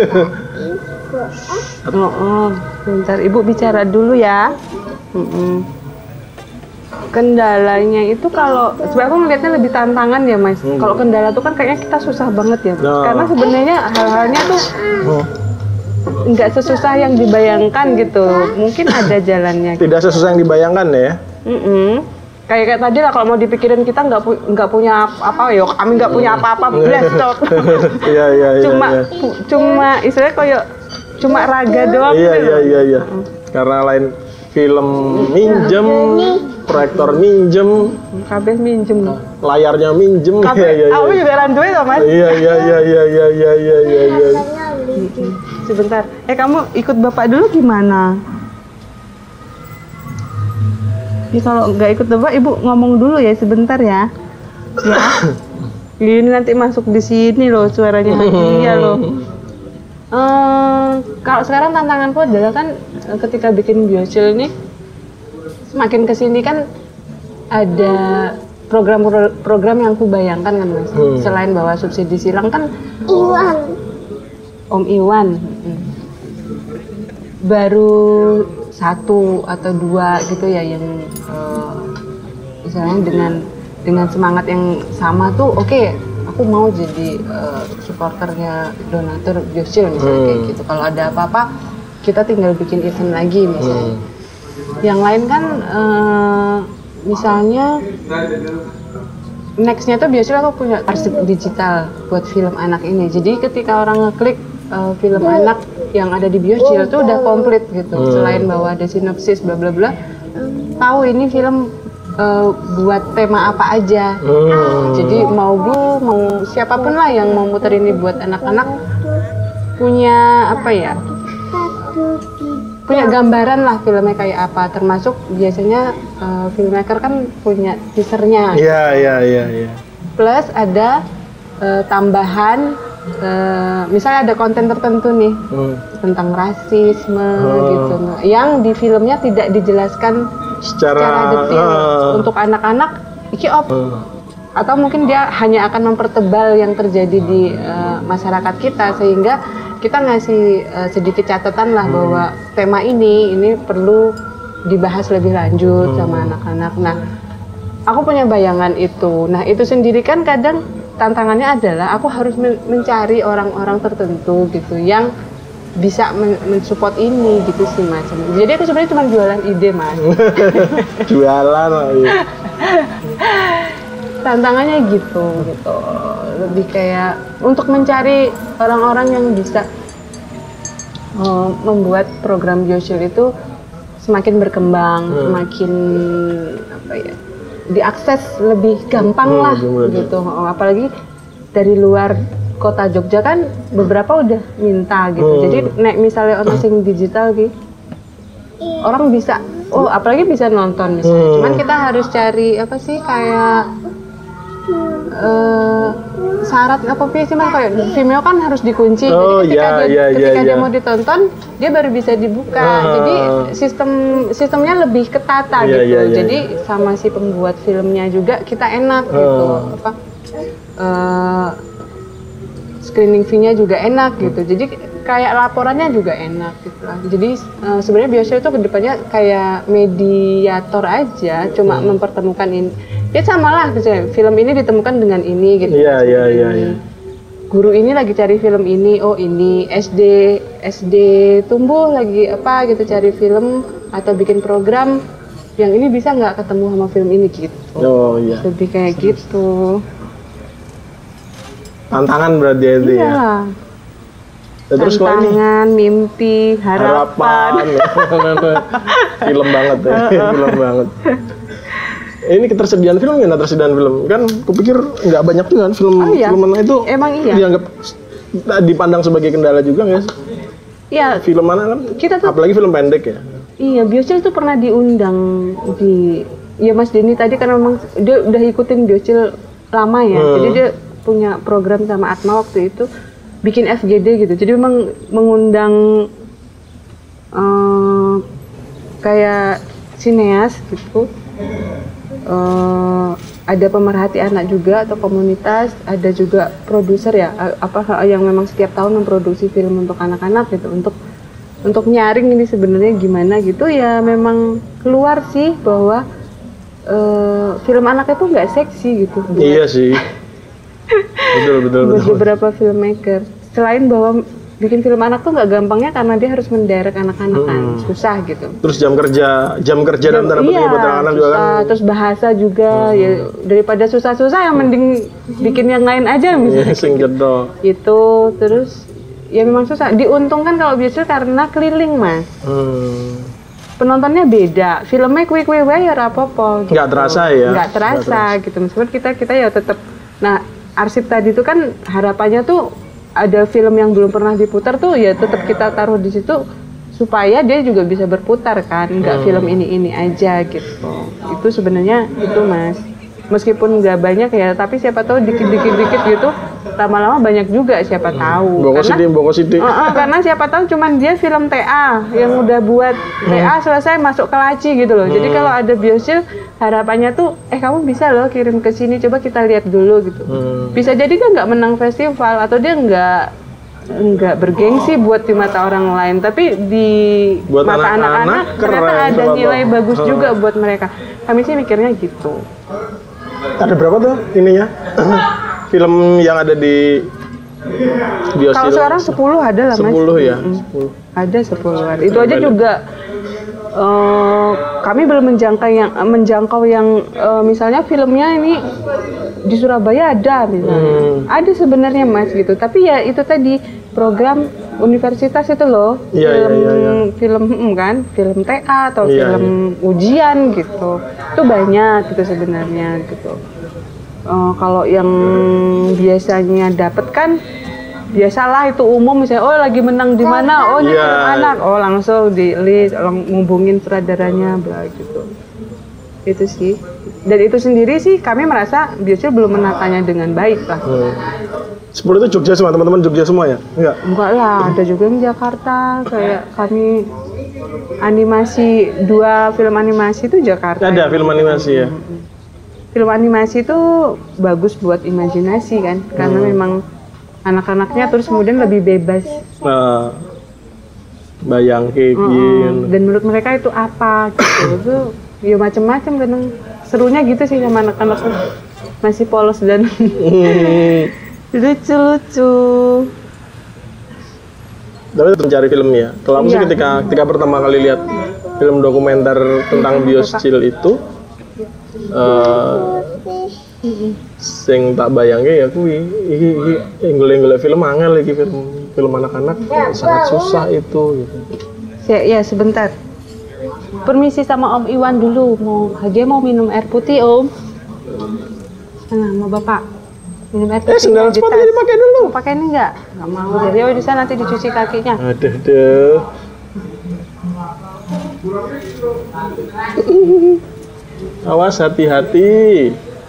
oh, oh, bentar Ibu bicara dulu ya. Mm-mm. Kendalanya itu kalau sebenarnya aku ngeliatnya lebih tantangan ya Mas. Hmm. Kalau kendala tuh kan kayaknya kita susah banget ya. Nah. Karena sebenarnya hal-halnya tuh nggak hmm. sesusah yang dibayangkan gitu. Mungkin ada jalannya. Tidak gitu. Sesusah yang dibayangkan ya. Mm-mm. Kayak kayak tadi lah, kalau mau dipikirin kita nggak pu- nggak punya apa ya, kami nggak punya apa-apa, blast stop. Iya iya iya. Cuma ya. cuma istilahnya kayak cuma raga doang. Iya iya iya iya. Hmm. Karena lain film minjem, proyektor minjem, kabeh minjem, layarnya minjem. Kabeh, iya, iya, iya. Aku juga randuwe loh Mas. Iya iya iya iya iya iya iya iya. iya. Sebentar, eh kamu ikut bapak dulu gimana? Ya kalau nggak ikut bapak, ibu ngomong dulu ya sebentar ya. Ya. Ini nanti masuk di sini loh suaranya Nadia loh. Uh, kalau sekarang tantanganku adalah kan ketika bikin Bioscil ini semakin kesini kan ada program-program yang aku bayangkan kan Mas. Hmm. Selain bahwa subsidi silang kan Iwan. Om Iwan hmm. baru satu atau dua gitu ya yang uh, misalnya dengan dengan semangat yang sama tuh oke okay, aku mau jadi uh, supporternya donatur Bioscil misalnya hmm. kayak gitu. Kalau ada apa-apa kita tinggal bikin event lagi misalnya. Hmm. Yang lain kan uh, misalnya nextnya tuh Bioscil aku punya arsip digital buat film anak ini. Jadi ketika orang ngeklik uh, film anak yang ada di Bioscil tuh udah komplit gitu. Hmm. Selain bahwa ada sinopsis bla bla bla, tahu ini film Uh, buat tema apa aja. Hmm. Jadi mau bu, mau siapapun lah yang mau muter ini buat anak-anak punya apa ya? Punya gambaran lah filmnya kayak apa. Termasuk biasanya uh, filmmaker kan punya teasernya. Iya iya iya. iya. Plus ada uh, tambahan, uh, misalnya ada konten tertentu nih hmm. tentang rasisme hmm. gitu. Nah, yang di filmnya tidak dijelaskan secara, secara detail uh, untuk anak-anak iki op uh, atau mungkin dia hanya akan mempertebal yang terjadi di uh, masyarakat kita, sehingga kita ngasih uh, sedikit catatan lah hmm. bahwa tema ini ini perlu dibahas lebih lanjut hmm. sama anak-anak. Nah, aku punya bayangan itu. Nah, itu sendiri kan kadang tantangannya adalah aku harus men mencari orang-orang tertentu gitu yang bisa men mensupport ini gitu sih Mas. Jadi aku sebenarnya cuma jualan ide Mas. Jualan ya. Tantangannya gitu gitu. Lebih kayak untuk mencari orang-orang yang bisa uh, membuat program Biosil itu semakin berkembang, hmm. semakin apa ya? diakses lebih gampang lah hmm, gitu. Oh, apalagi dari luar kota Jogja kan beberapa udah minta gitu. Hmm. Jadi nek misalnya orang sing digital gitu, orang bisa, oh apalagi bisa nonton misalnya. Hmm. Cuman kita harus cari apa sih kayak uh, syarat apa sih mas, kayak Vimeo kan harus dikunci. Oh, jadi ketika yeah, dia yeah, ketika yeah, dia yeah. mau ditonton dia baru bisa dibuka. Uh. Jadi sistem sistemnya lebih ketata yeah, gitu. yeah, yeah, jadi yeah. sama si pembuat filmnya juga kita enak uh. gitu. Apa uh, screening fee-nya juga enak gitu. Jadi kayak laporannya juga enak gitu lah. Jadi uh, sebenarnya Biosil itu kedepannya kayak mediator aja, cuma hmm. mempertemukan ini. Ya sama lah, misalnya film ini ditemukan dengan ini gitu. Iya iya iya. Guru ini lagi cari film ini, oh ini S D S D tumbuh lagi apa gitu cari film atau bikin program yang ini bisa nggak ketemu sama film ini gitu. Oh iya. Lebih kayak Seru. Gitu. Tantangan berarti itu ya. Iya. Terus tantangan, ini, mimpi, harapan. harapan. Film banget ya, film banget. Ini ketersediaan film ya, ketersediaan film kan, kupikir nggak banyak tuh kan film oh, iya. film mana itu. Emang iya. Dianggap dipandang sebagai kendala juga nggak sih? Iya. Film mana kan? Kita tuh, apalagi film pendek ya. Iya, Biosil tuh pernah diundang di, ya Mas Denny tadi karena memang dia udah ikutin Biosil lama ya, hmm. jadi dia punya program sama Atma waktu itu bikin F G D gitu. Jadi memang mengundang uh, kayak sineas gitu. Uh, ada pemerhati anak juga atau komunitas, ada juga produser ya, apa yang memang setiap tahun memproduksi film untuk anak-anak gitu, untuk untuk nyaring ini sebenarnya gimana gitu ya. Memang keluar sih bahwa uh, film anak itu nggak seksi gitu. Iya sih. betul betul buat betul. beberapa filmmaker. Selain bahwa bikin film anak tuh nggak gampangnya karena dia harus mendirect anak-anak kan, hmm. susah gitu. Terus jam kerja, jam kerja jam, dan tanda petik iya, buat anak-anak juga kan. Terus bahasa juga, hmm. ya daripada susah-susah yang mending bikin yang lain aja misalnya. Sing jedol. Itu terus ya memang susah. Diuntungkan kalau biasa karena keliling mas. Hmm. Penontonnya beda, filmnya kue-kue wae ya apa-apa. Nggak gitu. terasa ya? Nggak terasa, Nggak terasa gitu. Meskipun kita kita ya tetap. Nah arsip tadi itu kan harapannya tuh ada film yang belum pernah diputar tuh ya tetap kita taruh di situ supaya dia juga bisa berputar kan, nggak hmm. film ini ini aja gitu. Itu sebenarnya itu mas. Meskipun nggak banyak ya, tapi siapa tahu dikit-dikit dikit gitu, lama-lama banyak juga siapa tahu. Boko City, Boko City. Uh, uh, karena siapa tahu cuman dia film T A yang udah buat T A selesai masuk ke laci gitu loh. Hmm. Jadi kalau ada Biosil harapannya tuh, eh kamu bisa loh kirim ke sini, coba kita lihat dulu gitu. Hmm. Bisa jadi dia nggak menang festival atau dia nggak nggak bergengsi buat di mata orang lain, tapi di buat mata anak-anak ternyata ada nilai bagus hmm. juga buat mereka. Kami sih mikirnya gitu. Ada berapa tuh ininya? Film yang ada di Biosil? Kalau sekarang sepuluh ada lah mas. sepuluh ya? Mm-hmm. sepuluh. Ada sepuluh. Itu aja juga uh, kami belum menjangkau yang menjangkau yang uh, misalnya filmnya ini di Surabaya ada misalnya. Hmm. Ada sebenarnya mas gitu. Tapi ya itu tadi program universitas itu loh, ya, film ya, ya, ya. film hmm, kan, film T A atau ya, film ya. ujian gitu. Itu banyak gitu sebenarnya gitu. Uh, kalau yang biasanya dapat kan biasalah itu umum misalnya oh lagi menang di mana, oh ini ya. film anak, oh langsung di list, ngubungin sutradaranya bla gitu. Itu sih. Dan itu sendiri sih kami merasa Biosil belum menatanya dengan baik lah. Hmm. sepuluh itu Jogja semua, teman-teman Jogja semua ya? Enggak? Enggak lah, ada juga yang Jakarta. Kayak kami animasi, dua film animasi itu Jakarta. Ada ya. Film animasi ya? film animasi itu bagus buat imajinasi kan, karena Hmm. memang anak-anaknya terus kemudian lebih bebas. Nah, bayang kayak Mm-mm. gini. Dan menurut mereka itu apa gitu, itu ya macam-macam kadang serunya gitu sih sama anak-anak masih polos dan lucu-lucu. Tapi tetap mencari filmnya. Kalau aku sih Iya. ketika ketika pertama kali lihat film dokumenter tentang Bioscil itu, eh sing tak bayangke ya kuwi iki iki golek-golek film angel iki film film anak-anak sangat susah itu gitu. Ya, ya sebentar. Permisi sama Om Iwan dulu, mau dia mau minum air putih Om. Nah, mau Bapak minum air putih. Eh, sendal di sepatunya tas. dipakai dulu. Mau pakai ini enggak? Enggak mau. Jadi oh di sana nanti dicuci kakinya. Aduh, aduh. Awas hati-hati.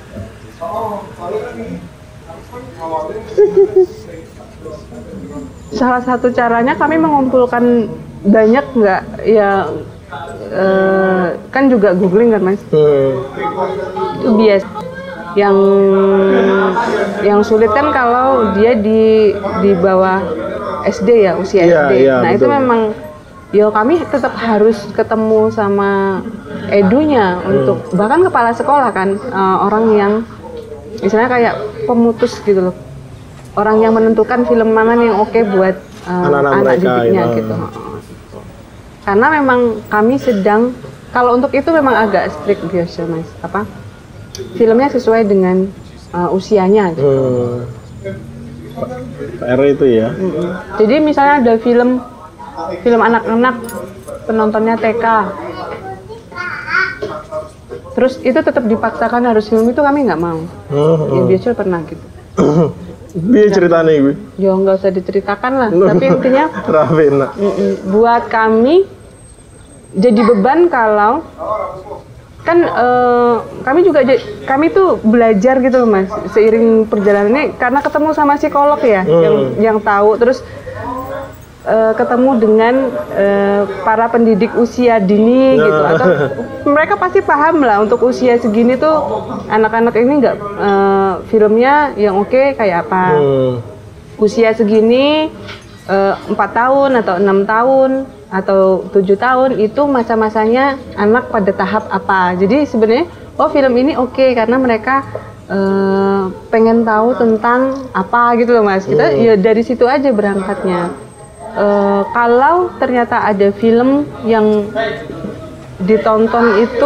Salah satu caranya kami mengumpulkan banyak nggak ya eh, kan juga googling kan Mas. Hmm. Itu bias yang yang sulit kan kalau dia di di bawah S D ya, usia Iya, S D. iya, Nah itu betul. memang yo kami tetap harus ketemu sama edunya untuk bahkan kepala sekolah kan, eh, orang yang misalnya kayak pemutus gitu loh, orang yang menentukan film mana nih yang oke buat eh, Anak-anak anak mereka, didiknya ya. gitu. Karena memang kami sedang kalau untuk itu memang agak strict biasa Mas, apa filmnya sesuai dengan uh, usianya gitu. Hmm. P R itu ya. Mm-mm. Jadi misalnya ada film film anak-anak penontonnya T K, terus itu tetap dipaksakan harus film itu, kami nggak mau. Ya Hmm. biasa pernah gitu. Biar ceritanya gue. Ya nggak usah diceritakan lah. Tapi intinya Ravena. mm-mm, buat kami jadi beban kalau kan eh, kami juga j- kami tuh belajar gitu loh Mas seiring perjalanannya karena ketemu sama psikolog ya Hmm. yang yang tahu, terus eh, ketemu dengan eh, para pendidik usia dini gitu, Nah. atau mereka pasti paham lah untuk usia segini tuh anak-anak ini nggak eh, filmnya yang oke kayak apa. Hmm. Usia segini eh, empat tahun atau enam tahun atau tujuh tahun itu masa-masanya anak pada tahap apa. Jadi sebenarnya oh film ini oke karena mereka eh, pengen tahu tentang apa gitu loh Mas. Kita ya dari situ aja berangkatnya. Eh, kalau ternyata ada film yang ditonton itu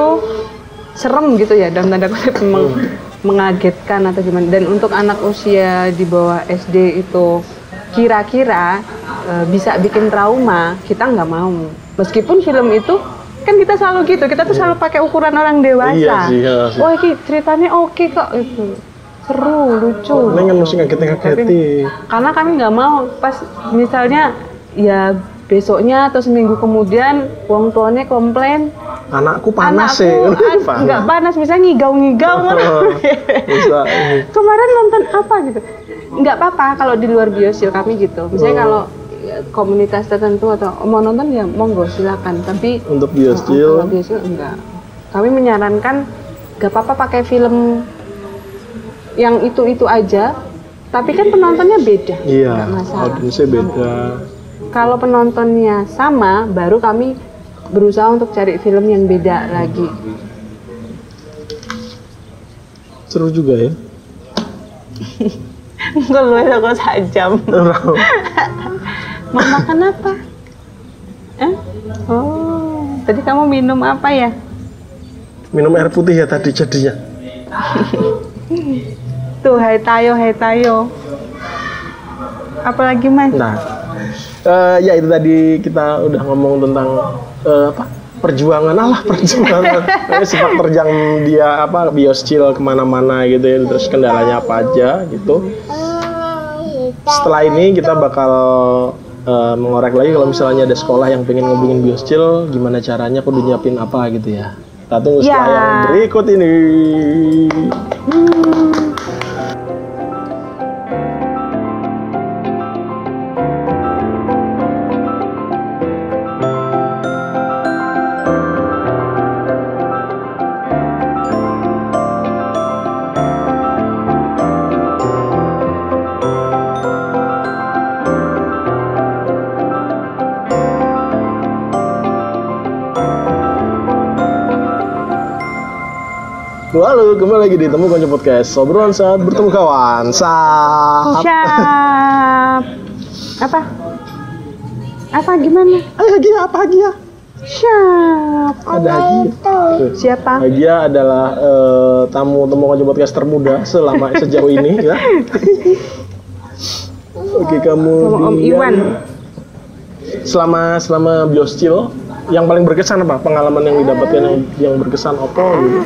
serem gitu ya dalam tanda kutip, memang mengagetkan atau gimana, dan untuk anak usia di bawah S D itu kira-kira e, bisa bikin trauma, kita nggak mau. Meskipun film itu kan kita selalu gitu, kita tuh selalu pakai ukuran orang dewasa. Iya sih, iya sih. Wah ini ceritanya oke kok, itu seru, lucu. Ini kan mesti ngageti-ngageti. Karena kami nggak mau pas misalnya ya besoknya atau seminggu kemudian wong tuanya komplain, Anakku panas sih. anakku an- nggak panas, misalnya ngigau-ngigau kan. Bisa. Kemarin nonton apa gitu, nggak apa-apa kalau di luar biosil kami gitu. Misalnya Oh. kalau ya, komunitas tertentu atau mau nonton ya monggo silakan, tapi Untuk uh, uh, bioskil. kalau biosil enggak. Kami menyarankan nggak apa-apa pakai film yang itu-itu aja, tapi kan penontonnya beda. Iya, Nggak masalah. audiensnya beda. Kalau penontonnya sama, baru kami berusaha untuk cari film yang beda lagi. Seru juga ya. Kalau aku sajam. Mau makan apa? Eh? Oh, tadi kamu minum apa ya? Minum air putih ya tadi jadinya. Tuh, hai tayo, hai tayo. Apalagi Mas? Nah, eh, ya itu tadi kita udah ngomong tentang eh, apa perjuangan, alah perjuangan. Eh, sepak terjang dia apa Bioscil kemana-mana gitu ya, terus kendalanya apa aja gitu. Setelah ini kita bakal eh, mengorek lagi kalau misalnya ada sekolah yang pengen ngubungin Bioscil, gimana caranya, kudu nyiapin apa gitu ya. Kita tunggu setelah Ya. yang berikut ini. Halo, kembali lagi di Temu Konco Podcast. Obrolan saat bertemu kawan. Sap. Siap. Apa? Apa gimana? Ayo Hagia, apa Hagia? Siap. Ada Hagia. Tuh. Siapa? Hagia adalah eh, tamu Temu Konco Podcast termuda selama sejauh ini ya. Oke, kamu Sama Om Iwan. Selama selama Bioscil, yang paling berkesan apa? Pengalaman yang didapatkan yang, yang berkesan apa gitu?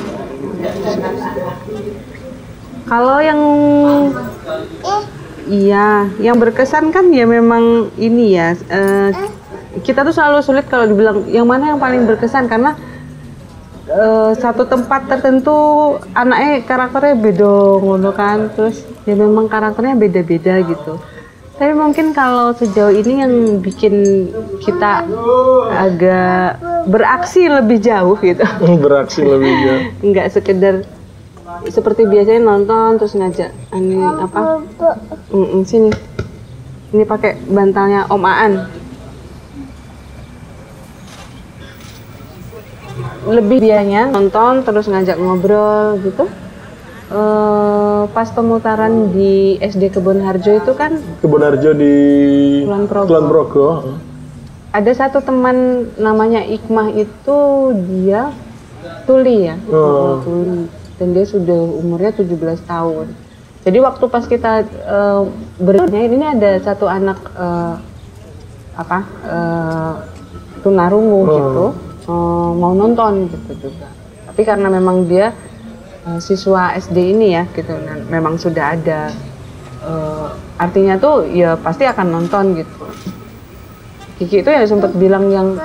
Kalau yang iya, yang berkesan kan ya memang ini ya. eh, kita tuh selalu sulit kalau dibilang yang mana yang paling berkesan karena eh, satu tempat tertentu anaknya karakternya beda ngono kan, terus ya memang karakternya beda-beda gitu. Tapi mungkin kalau sejauh ini yang bikin kita agak beraksi lebih jauh gitu. Beraksi lebih jauh. Nggak sekedar seperti biasanya nonton terus ngajak ini apa? Mm-mm, sini. Ini pakai bantalnya Om Aan. Lebih biasanya nonton terus ngajak ngobrol gitu. Uh, pas pemutaran di S D Kebon Harjo itu kan Kebon Harjo di Kulon Progo. Kulon Progo. Ada satu teman namanya Ikmah itu dia tuli ya, Oh. tuli. Dan dia sudah umurnya tujuh belas tahun. Jadi waktu pas kita uh, bermain ini ada satu anak uh, apa uh, tunarungu Oh. gitu uh, mau nonton gitu juga. Tapi karena memang dia Uh, siswa S D ini ya gitu, nah, memang sudah ada uh, artinya tuh ya pasti akan nonton gitu. Kiki itu ya sempat bilang yang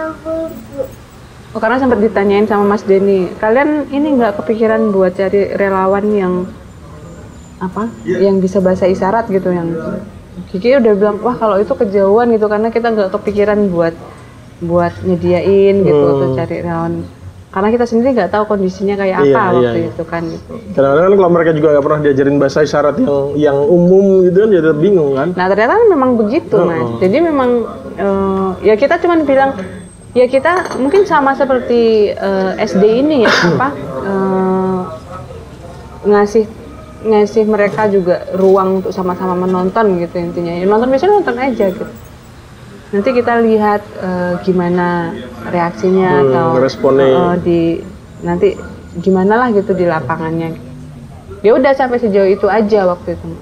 oh, karena sempat ditanyain sama Mas Denny, kalian ini nggak kepikiran buat cari relawan yang apa yang bisa bahasa isyarat gitu, yang Kiki udah bilang wah kalau itu kejauhan gitu karena kita nggak kepikiran buat buat nyediain gitu hmm. atau cari relawan. Karena kita sendiri nggak tahu kondisinya kayak apa iya, waktu iya, itu kan gitu. Kadang-kadang kan kalau mereka juga nggak pernah diajarin bahasa isyarat yang yang umum gitu kan, jadi bingung kan. Nah ternyata memang begitu Oh, mas. oh. Jadi memang uh, ya kita cuma bilang ya kita mungkin sama seperti uh, S D ini ya apa uh, ngasih ngasih mereka juga ruang untuk sama-sama menonton gitu intinya. Ya nonton biasanya nonton aja gitu. Nanti kita lihat uh, gimana reaksinya Hmm, atau responnya. uh, di nanti gimana lah gitu di lapangannya. Ya udah sampai sejauh itu aja waktu itu.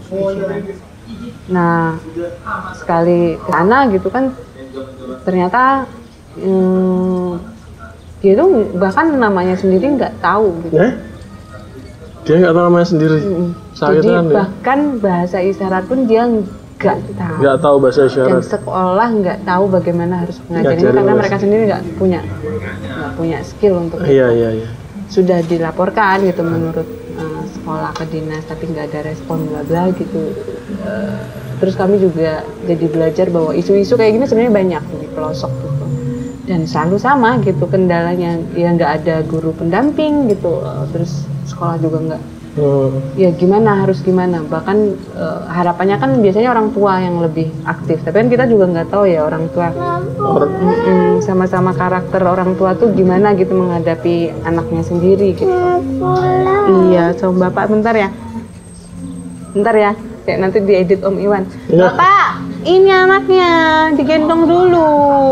Nah sekali ke sana gitu kan ternyata hmm, dia tuh bahkan namanya sendiri nggak tahu gitu. Eh? Dia nggak tahu namanya sendiri. Mm-mm. Sakit Jadi kan, ya? bahkan bahasa isyarat pun dia nggak tahu. Nggak tahu bahasa Dan isyarat. sekolah nggak tahu bagaimana harus mengajarnya Ngajarin karena bahasa. mereka sendiri nggak punya nggak punya skill untuk itu. Iya iya iya. Sudah dilaporkan gitu menurut uh, sekolah ke dinas tapi nggak ada respon bla bla gitu. Uh, terus kami juga jadi belajar bahwa isu-isu kayak gini sebenarnya banyak di pelosok gitu dan selalu sama gitu kendalanya ya nggak ada guru pendamping gitu. Uh, terus sekolah juga nggak Hmm. ya gimana harus gimana bahkan uh, harapannya kan biasanya orang tua yang lebih aktif tapi kan kita juga nggak tahu ya orang tua Or- mm-mm, sama-sama karakter orang tua tuh gimana gitu menghadapi anaknya sendiri gitu. Iya sama bapak bentar ya bentar ya kayak nanti diedit Om Iwan. Ya. Bapak ini anaknya digendong dulu.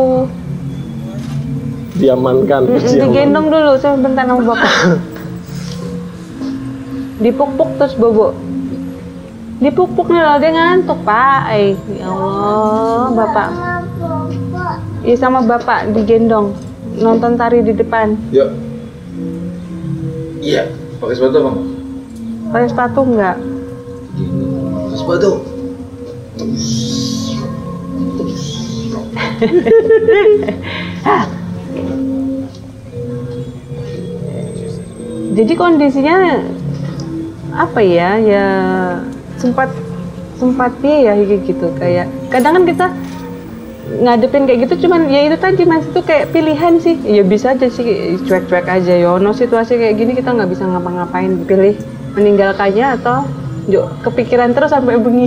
Diamankan. Mm-mm, diamankan. digendong dulu sebentar sama bapak. Dipuk-puk terus bobo. Dipuk-puk nih loh, dia ngantuk pak. Eh, ya Allah, bapak. Iya sama bapak digendong. Nonton tari di depan. Yuk. Iya, pakai sepatu bang. Pakai sepatu enggak? Pakai sepatu. Jadi kondisinya apa ya? Ya sempat sempat ya kayak gitu kayak kadang kan kita ngadepin kayak gitu cuman ya itu tadi mas itu kayak pilihan sih ya bisa aja sih cuek-cuek aja yono situasi kayak gini kita nggak bisa ngapa-ngapain pilih meninggalkannya atau yuk, kepikiran terus sampai bengi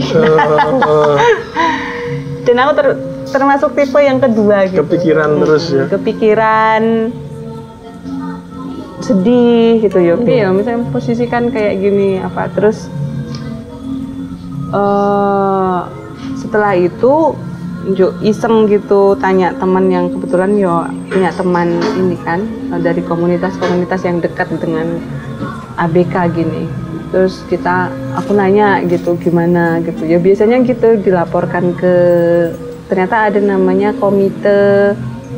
dan aku ter, termasuk tipe yang kedua gitu Kepikiran terus ya. kepikiran sedih gitu ya. Oke ya, misalnya posisikan kayak gini apa terus uh, setelah itu Njuk iseng gitu tanya teman yang kebetulan yo punya teman ini kan dari komunitas-komunitas yang dekat dengan A B K gini. Terus kita aku nanya gitu gimana gitu. Ya biasanya gitu dilaporkan ke ternyata ada namanya Komite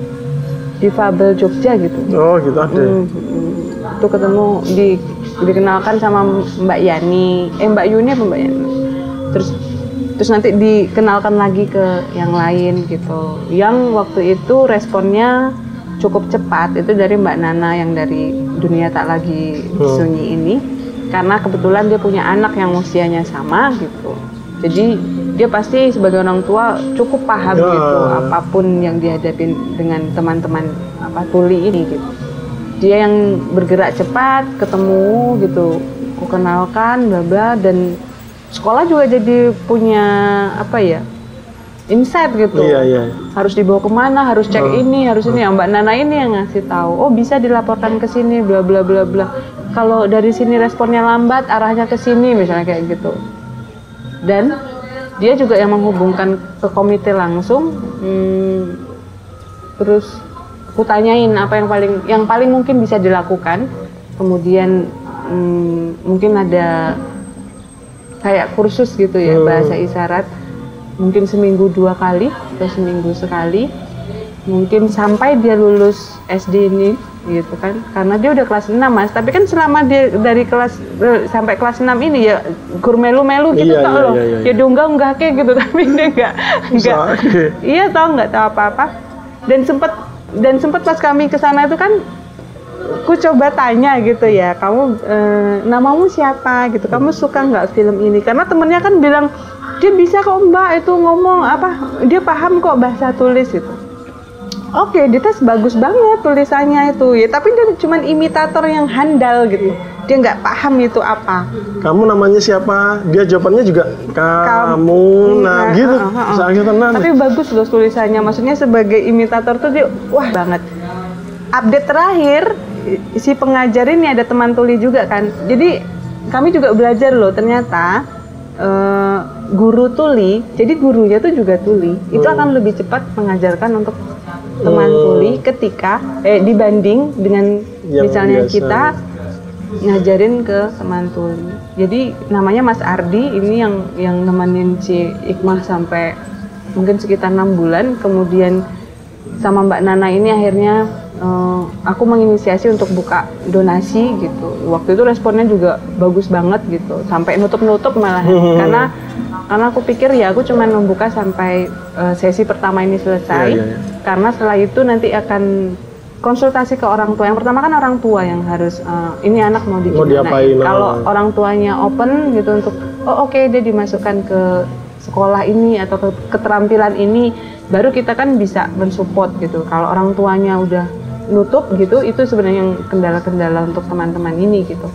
Difabel Jogja gitu. Oh gitu ada. Hmm, hmm. Itu ketemu di dikenalkan sama Mbak Yani, eh Mbak Yuni apa Mbak Yani. Terus terus nanti dikenalkan lagi ke yang lain gitu. Yang waktu itu responnya cukup cepat itu dari Mbak Nana yang dari Dunia Tak Lagi Sunyi hmm. ini, karena kebetulan dia punya anak yang usianya sama gitu. Jadi dia pasti sebagai orang tua cukup paham ya. Gitu apapun yang dihadapin dengan teman-teman apa tuli ini gitu. Dia yang bergerak cepat, ketemu gitu, aku kenalkan bla bla dan sekolah juga jadi punya apa ya insight gitu. Iya, iya. Harus dibawa kemana, harus cek oh. ini, harus ini. Yang Mbak Nana ini yang ngasih tahu. Oh bisa dilaporkan ke sini, bla bla bla bla. Kalau dari sini responnya lambat, arahnya ke sini, misalnya kayak gitu. Dan dia juga yang menghubungkan ke komite langsung. Hmm, terus aku tanyain apa yang paling yang paling mungkin bisa dilakukan. Kemudian hmm, mungkin ada kayak kursus gitu ya, hmm. bahasa isyarat mungkin seminggu dua kali atau seminggu sekali mungkin sampai dia lulus S D ini gitu kan, karena dia udah kelas enam mas, tapi kan selama dia dari kelas sampai kelas enam ini ya gurmelu-melu gitu iya, tau iya, loh iya, iya. Ya diunggah-unggah kayak gitu tapi dia enggak enggak iya tau nggak tahu apa-apa dan sempet dan sempet pas kami kesana itu kan aku coba tanya gitu ya, kamu e, namamu siapa gitu, kamu suka nggak film ini, karena temennya kan bilang dia bisa kok mbak itu ngomong apa, dia paham kok bahasa tulis itu. Oke, dia tes bagus banget tulisannya itu ya, tapi dia cuma imitator yang handal gitu, dia nggak paham itu apa. Kamu namanya siapa, dia jawabannya juga kamu, nah, nah gitu uh, uh, uh. tenang. Tapi bagus loh tulisannya, maksudnya sebagai imitator tuh dia wah banget. Update terakhir si pengajar ini ada teman tuli juga kan, jadi kami juga belajar loh ternyata uh, guru tuli, jadi gurunya tuh juga tuli, hmm. itu akan lebih cepat mengajarkan untuk teman hmm. tuli ketika eh dibanding dengan yang misalnya biasa. Kita ngajarin ke teman tuli. Jadi namanya Mas Ardi ini yang yang nemenin si Ikmah sampai mungkin sekitar enam bulan, kemudian sama Mbak Nana ini akhirnya Uh, aku menginisiasi untuk buka donasi gitu. Waktu itu responnya juga bagus banget gitu, sampai nutup-nutup malah hmm. karena karena aku pikir ya aku cuma membuka sampai uh, sesi pertama ini selesai, yeah, yeah, yeah. karena setelah itu nanti akan konsultasi ke orang tua. Yang pertama kan orang tua yang harus uh, ini anak mau digimanain. Kalau orang tuanya open gitu untuk oh oke okay, dia dimasukkan ke sekolah ini atau ke keterampilan ini, baru kita kan bisa mensupport gitu. Kalau orang tuanya udah nutup gitu, itu sebenarnya yang kendala-kendala untuk teman-teman ini gitu.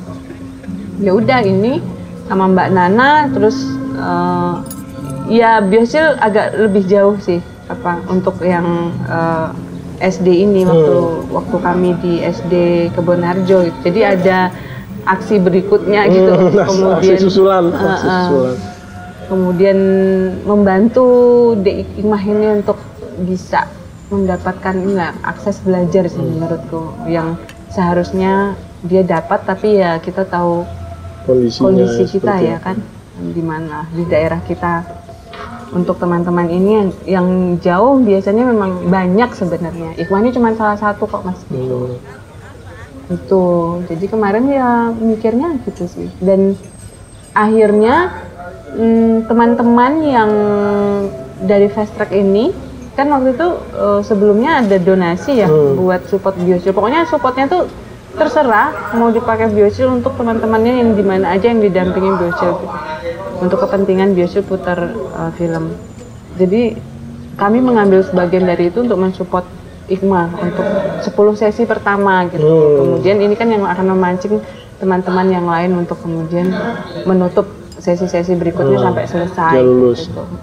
Ya udah ini sama Mbak Nana, terus uh, ya Biosil agak lebih jauh sih apa untuk yang uh, S D ini waktu hmm. waktu kami di S D Kebonharjo gitu. Jadi ada aksi berikutnya gitu, hmm, kemudian aksi susulan, uh, aksi susulan. Uh, kemudian membantu D I Ikmah ini untuk bisa mendapatkan enggak akses belajar sih hmm. menurutku, yang seharusnya dia dapat, tapi ya kita tahu Kondisinya kondisi kita ya kan di mana di daerah kita. Untuk teman-teman ini yang, yang jauh biasanya memang banyak sebenarnya. Ikmah ini cuma salah satu kok mas. Hmm. Itu jadi kemarin ya mikirnya gitu sih, dan akhirnya hmm, teman-teman yang dari Fast Track ini kan waktu itu uh, sebelumnya ada donasi ya hmm. buat support Biosil. Pokoknya supportnya tuh terserah mau dipakai Biosil untuk teman-temannya yang di mana aja yang didampingin Biosil gitu. Untuk kepentingan Biosil putar uh, film. Jadi kami mengambil sebagian dari itu untuk mensupport Ikmah untuk sepuluh sesi pertama gitu. Hmm. Kemudian ini kan yang akan memancing teman-teman yang lain untuk kemudian menutup sesi-sesi berikutnya hmm. sampai selesai. Ya, lulus. Gitu.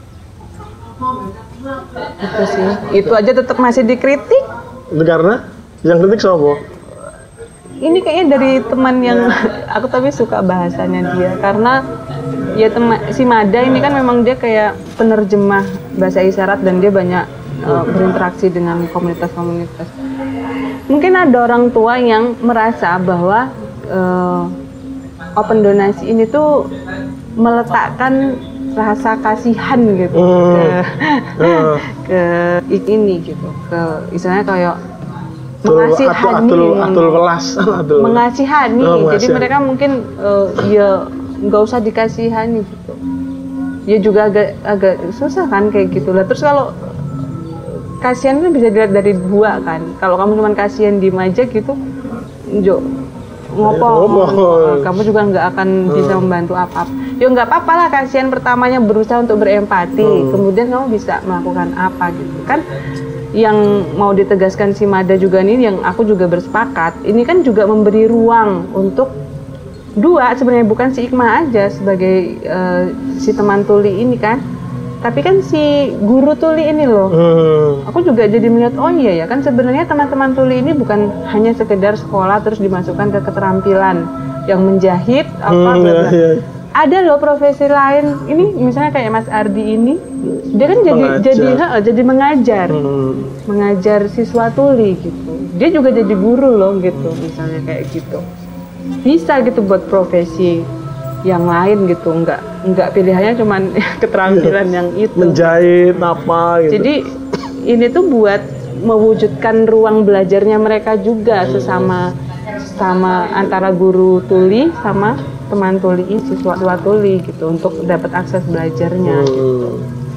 Itu sih, itu aja tetap masih dikritik. Karena yang kritik siapa? ini kayaknya dari teman yang aku tapi suka bahasanya dia karena ya teman si Mada ini kan memang dia kayak penerjemah bahasa isyarat dan dia banyak uh, berinteraksi dengan komunitas-komunitas. Mungkin ada orang tua yang merasa bahwa uh, open donasi ini tuh meletakkan rasa kasihan gitu hmm. ke uh. ke ini gitu ke istilahnya kayak mengasihani atul, atul kelas atul. mengasihani oh, jadi mereka mungkin uh, ya nggak usah dikasihani gitu ya juga agak agak susah kan kayak gitu lah. Terus kalau kasihan kan bisa dilihat dari dua kan, kalau kamu cuma kasihan diem aja gitu jo ngopo, ngopo. Kamu juga nggak akan hmm. bisa membantu apa-apa. Ya nggak apa-apa lah, kasihan pertamanya berusaha untuk berempati, hmm. kemudian kamu bisa melakukan apa gitu kan. Yang mau ditegaskan si Mada juga nih, yang aku juga bersepakat, ini kan juga memberi ruang untuk dua, sebenarnya bukan si Ikma aja sebagai uh, si teman tuli ini kan, tapi kan si guru tuli ini loh. Hmm. Aku juga jadi melihat, oh iya ya kan sebenarnya teman-teman tuli ini bukan hanya sekedar sekolah terus dimasukkan ke keterampilan yang menjahit apa hmm, bla bla. Iya, iya. Ada loh profesi lain. Ini misalnya kayak Mas Ardi ini, dia kan jadi mengajar. jadi he, jadi mengajar, hmm. mengajar siswa tuli gitu. Dia juga jadi guru loh gitu, misalnya kayak gitu. Bisa gitu buat profesi yang lain gitu, enggak enggak pilihannya cuman keterampilan yang itu. Menjahit apa gitu. Jadi ini tuh buat mewujudkan ruang belajarnya mereka juga hmm. sesama sama antara guru tuli sama teman tuli, siswa-siswa tuli gitu untuk dapat akses belajarnya. Hmm. Gitu.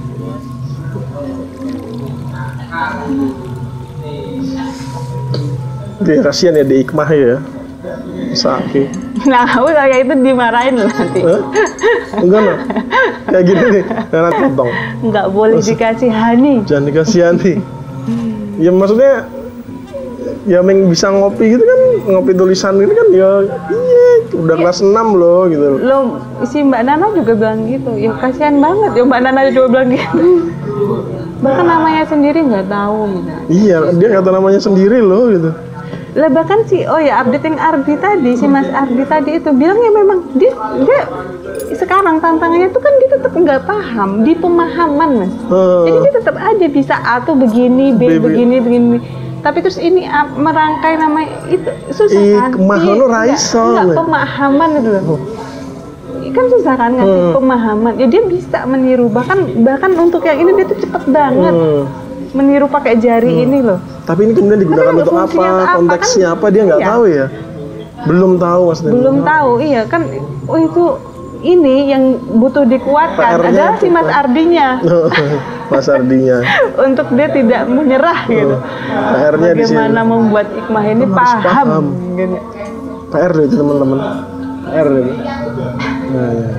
Dia kasihan ya di Ikmah ya. Sakit. Nah, kamu kayak itu dimarahin loh nanti. Huh? Enggak nah. Kayak gini nih, karena potong. Enggak boleh Mas, dikasihani. Jangan dikasihani. Ya maksudnya ya yang bisa ngopi gitu kan, ngopi tulisan ini kan ya iya udah kelas ya. enam loh gitu. Loh, si Mbak Nana juga bilang gitu. Ya kasihan banget ya Mbak Nana juga bilang gitu. Bahkan namanya sendiri nggak tahu misalnya. Iya, dia nggak tahu namanya sendiri loh gitu. Lah bahkan si oh ya updating Ardi tadi, si Mas Ardi tadi itu bilangnya memang dia dia sekarang tantangannya tuh kan dia tetap nggak paham di pemahaman Mas. Hmm. Jadi dia tetap aja bisa A tuh begini, B Baby. begini, begini. Tapi terus ini uh, merangkai nama itu susah kan? Ikmah Raisa. Enggak pemahaman itu loh. Oh. Kan susah kan ngasih hmm. pemahaman. Ya dia bisa meniru, bahkan bahkan untuk yang ini dia tuh cepet banget. Hmm. Meniru pakai jari hmm. ini loh. Tapi ini kemudian digunakan untuk apa, apa, konteksnya kan, apa dia nggak iya. tahu ya? Belum tahu maksudnya. Belum tahu, iya kan. Oh itu ini yang butuh dikuatkan adalah si Mas Ardinya. Mas Ardinya. Untuk dia tidak menyerah gitu. P R-nya di sini. Bagaimana membuat Ikmah ini paham. paham. Gitu. P R itu teman-teman. P R itu. Nah, ya.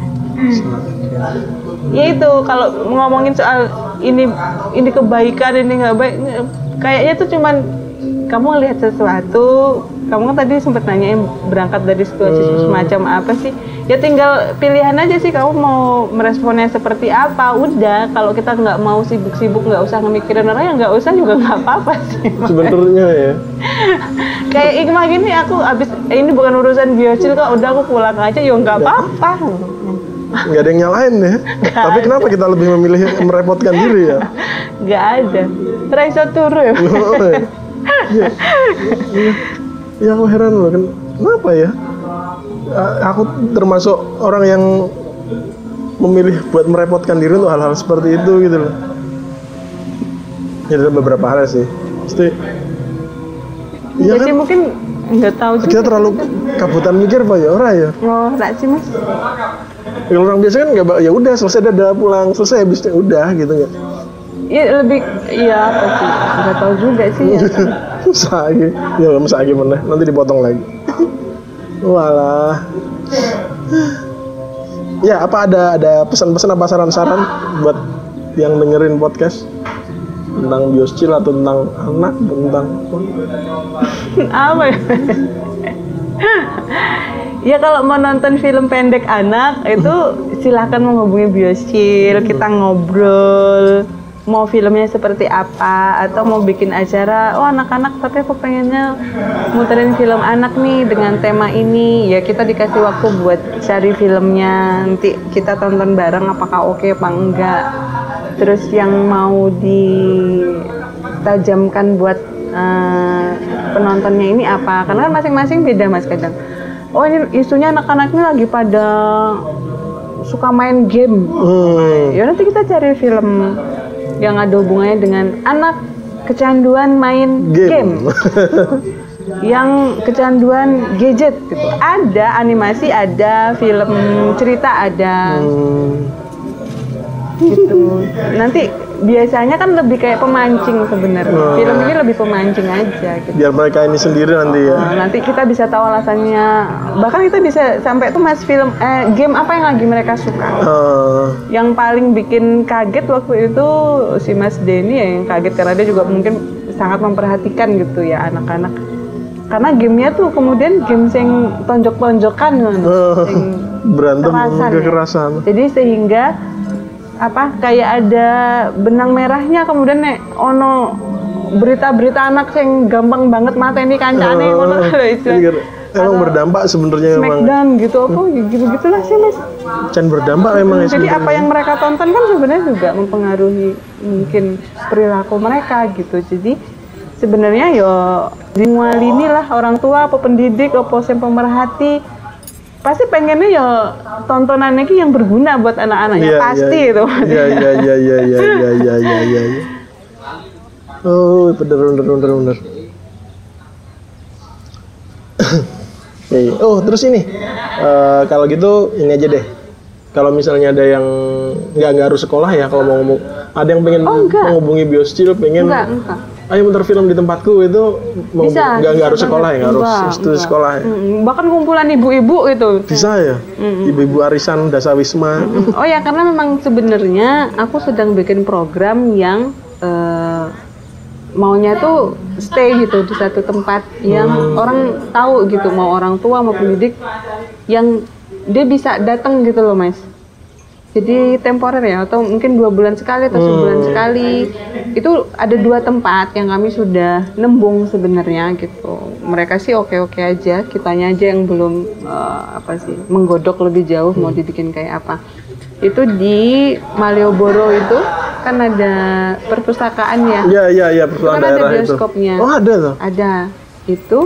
Ya itu kalau ngomongin soal ini ini kebaikan ini nggak baik, kayaknya tuh cuman kamu lihat sesuatu, kamu kan tadi sempat nanyain berangkat dari situasi hmm. semacam apa sih, ya tinggal pilihan aja sih kamu mau meresponnya seperti apa. Udah, kalau kita nggak mau sibuk-sibuk nggak usah ngemikirin orang, ya nggak usah juga nggak apa-apa sih sebenarnya ya. Kayak Ikmah gini, aku abis eh, ini bukan urusan biocil kok, udah aku pulang aja, ya nggak apa-apa. Nggak ada yang nyalain ya. Gak Tapi ada. Kenapa kita lebih memilih merepotkan diri ya? Nggak ada. Terasa turu ya. Ya. Ya aku heran loh, kan kenapa ya? Aku termasuk orang yang memilih buat merepotkan diri untuk hal-hal seperti itu gitu loh. Ya ada beberapa hal sih. Pasti. Ya kan? Mungkin nggak tahu juga. Kita terlalu kabutan mikir pak ya orang ya. Oh, enggak sih mas. Kalau orang biasa kan nggak, ya udah selesai dadah pulang selesai habisnya udah gitu ya. Iya lebih, iya apa sih? Nggak tahu juga sih. Ya. Musagi, ya musagi mana? Nanti dipotong lagi. Walah. Ya apa ada ada pesan-pesan apa saran-saran buat yang dengerin podcast tentang bioscil atau tentang anak tentang apa ya? Ya kalau mau nonton film pendek anak itu silahkan menghubungi Bioscil, kita ngobrol mau filmnya seperti apa atau mau bikin acara oh anak-anak tapi aku pengennya muterin film anak nih dengan tema ini ya kita dikasih waktu buat cari filmnya nanti kita tonton bareng apakah oke apa enggak terus yang mau ditajamkan buat uh, penontonnya ini apa karena kan masing-masing beda mas kadang oh ini isunya anak-anak ini lagi pada suka main game hmm. ya nanti kita cari film yang ada hubungannya dengan anak kecanduan main game, game. yang kecanduan gadget gitu ada animasi ada film cerita ada hmm. gitu nanti biasanya kan lebih kayak pemancing sebenarnya hmm. film ini lebih pemancing aja gitu. Biar mereka ini sendiri nanti ya oh, nanti kita bisa tahu alasannya bahkan kita bisa sampai tuh mas film eh, game apa yang lagi mereka suka hmm. yang paling bikin kaget waktu itu si Mas Denny ya yang kaget karena dia juga mungkin sangat memperhatikan gitu ya anak-anak karena gamenya tuh kemudian game yang tonjok-tonjokan hmm. yang berantem kekerasan ya. Jadi sehingga apa kayak ada benang merahnya kemudian nek ono berita-berita anak yang gampang banget mata ini kancane ngono lho istilah. Emang berdampak sebenarnya memang. Smackdown gitu apa gitu-gitulah sih Mas. Can berdampak memang ya. Jadi apa yang mereka tonton kan sebenarnya juga mempengaruhi mungkin perilaku mereka gitu. Jadi sebenarnya yo semua lini lah orang tua apa pendidik apa yang pemerhati pasti pengennya ya tontonannya yang berguna buat anak-anaknya yeah, pasti yeah, itu. Iya iya iya iya iya iya iya iya iya. Oh bener bener bener bener. Oh terus ini uh, kalau gitu ini aja deh. Kalau misalnya ada yang nggak nggak harus sekolah ya kalau mau ngomong ada yang pengen oh, menghubungi Bioscil pengen. Enggak enggak. Ayo muter film di tempatku itu bisa, nggak nggak harus sekolah ya nggak harus studi sekolah ya mm, bahkan kumpulan ibu-ibu itu bisa ya mm-hmm. ibu-ibu arisan Dasawisma mm-hmm. oh ya karena memang sebenarnya aku sedang bikin program yang uh, maunya tuh stay gitu di satu tempat yang hmm. orang tahu gitu mau orang tua mau pendidik yang dia bisa datang gitu loh mas. Jadi temporer ya, atau mungkin dua bulan sekali atau sebulan hmm. sekali. Itu ada dua tempat yang kami sudah nembung sebenarnya gitu. Mereka sih oke-oke aja, kitanya aja yang belum uh, apa sih menggodok lebih jauh hmm. mau dibikin kayak apa. Itu di Malioboro itu kan ada perpustakaan ya. Iya iya iya perpustakaan daerah itu. Kan ada bioskopnya. Itu. Oh ada tuh. Ada. Itu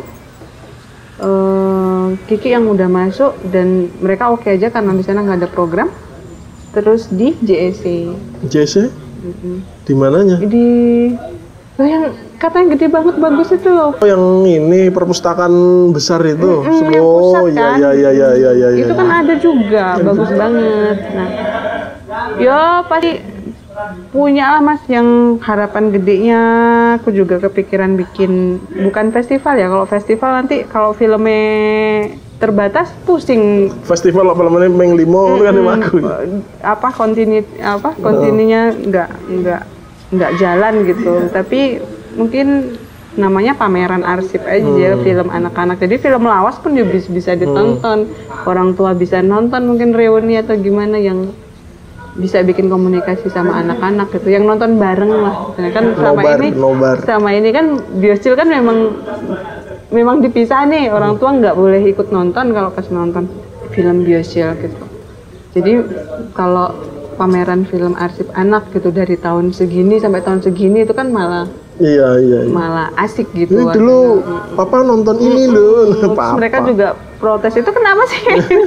uh, Kiki yang udah masuk dan mereka oke aja karena di sana nggak ada program. Terus di J S C. J S C? Mm-hmm. Di mananya? Di oh yang katanya gede banget bagus itu loh. Oh yang ini perpustakaan besar itu. Mm-hmm, oh iya iya iya iya iya iya. Itu kan ada juga bagus banget. Nah, yo pasti punya lah mas yang harapan gedenya. Aku juga kepikiran bikin bukan festival ya. Kalau festival nanti kalau filmnya terbatas pusing. Festival apa namanya Meng Limo mm-hmm. kan aku. Apa kontinu apa kontinunya nggak nggak nggak jalan gitu. Tapi mungkin namanya pameran arsip aja hmm. film anak-anak. Jadi film lawas pun juga bisa, bisa ditonton. Hmm. Orang tua bisa nonton mungkin reuni atau gimana yang bisa bikin komunikasi sama anak-anak gitu. Yang nonton bareng lah. Kan selama nobar, ini nobar. selama ini kan Bioscil kan memang memang dipisah nih, orang tua nggak boleh ikut nonton kalau pas nonton film Bioscil gitu. Jadi kalau pameran film arsip anak gitu dari tahun segini sampai tahun segini itu kan malah iya iya, iya. malah asik gitu. Ini dulu hmm. papa nonton hmm. ini loh. Terus mereka juga protes itu kenapa sih?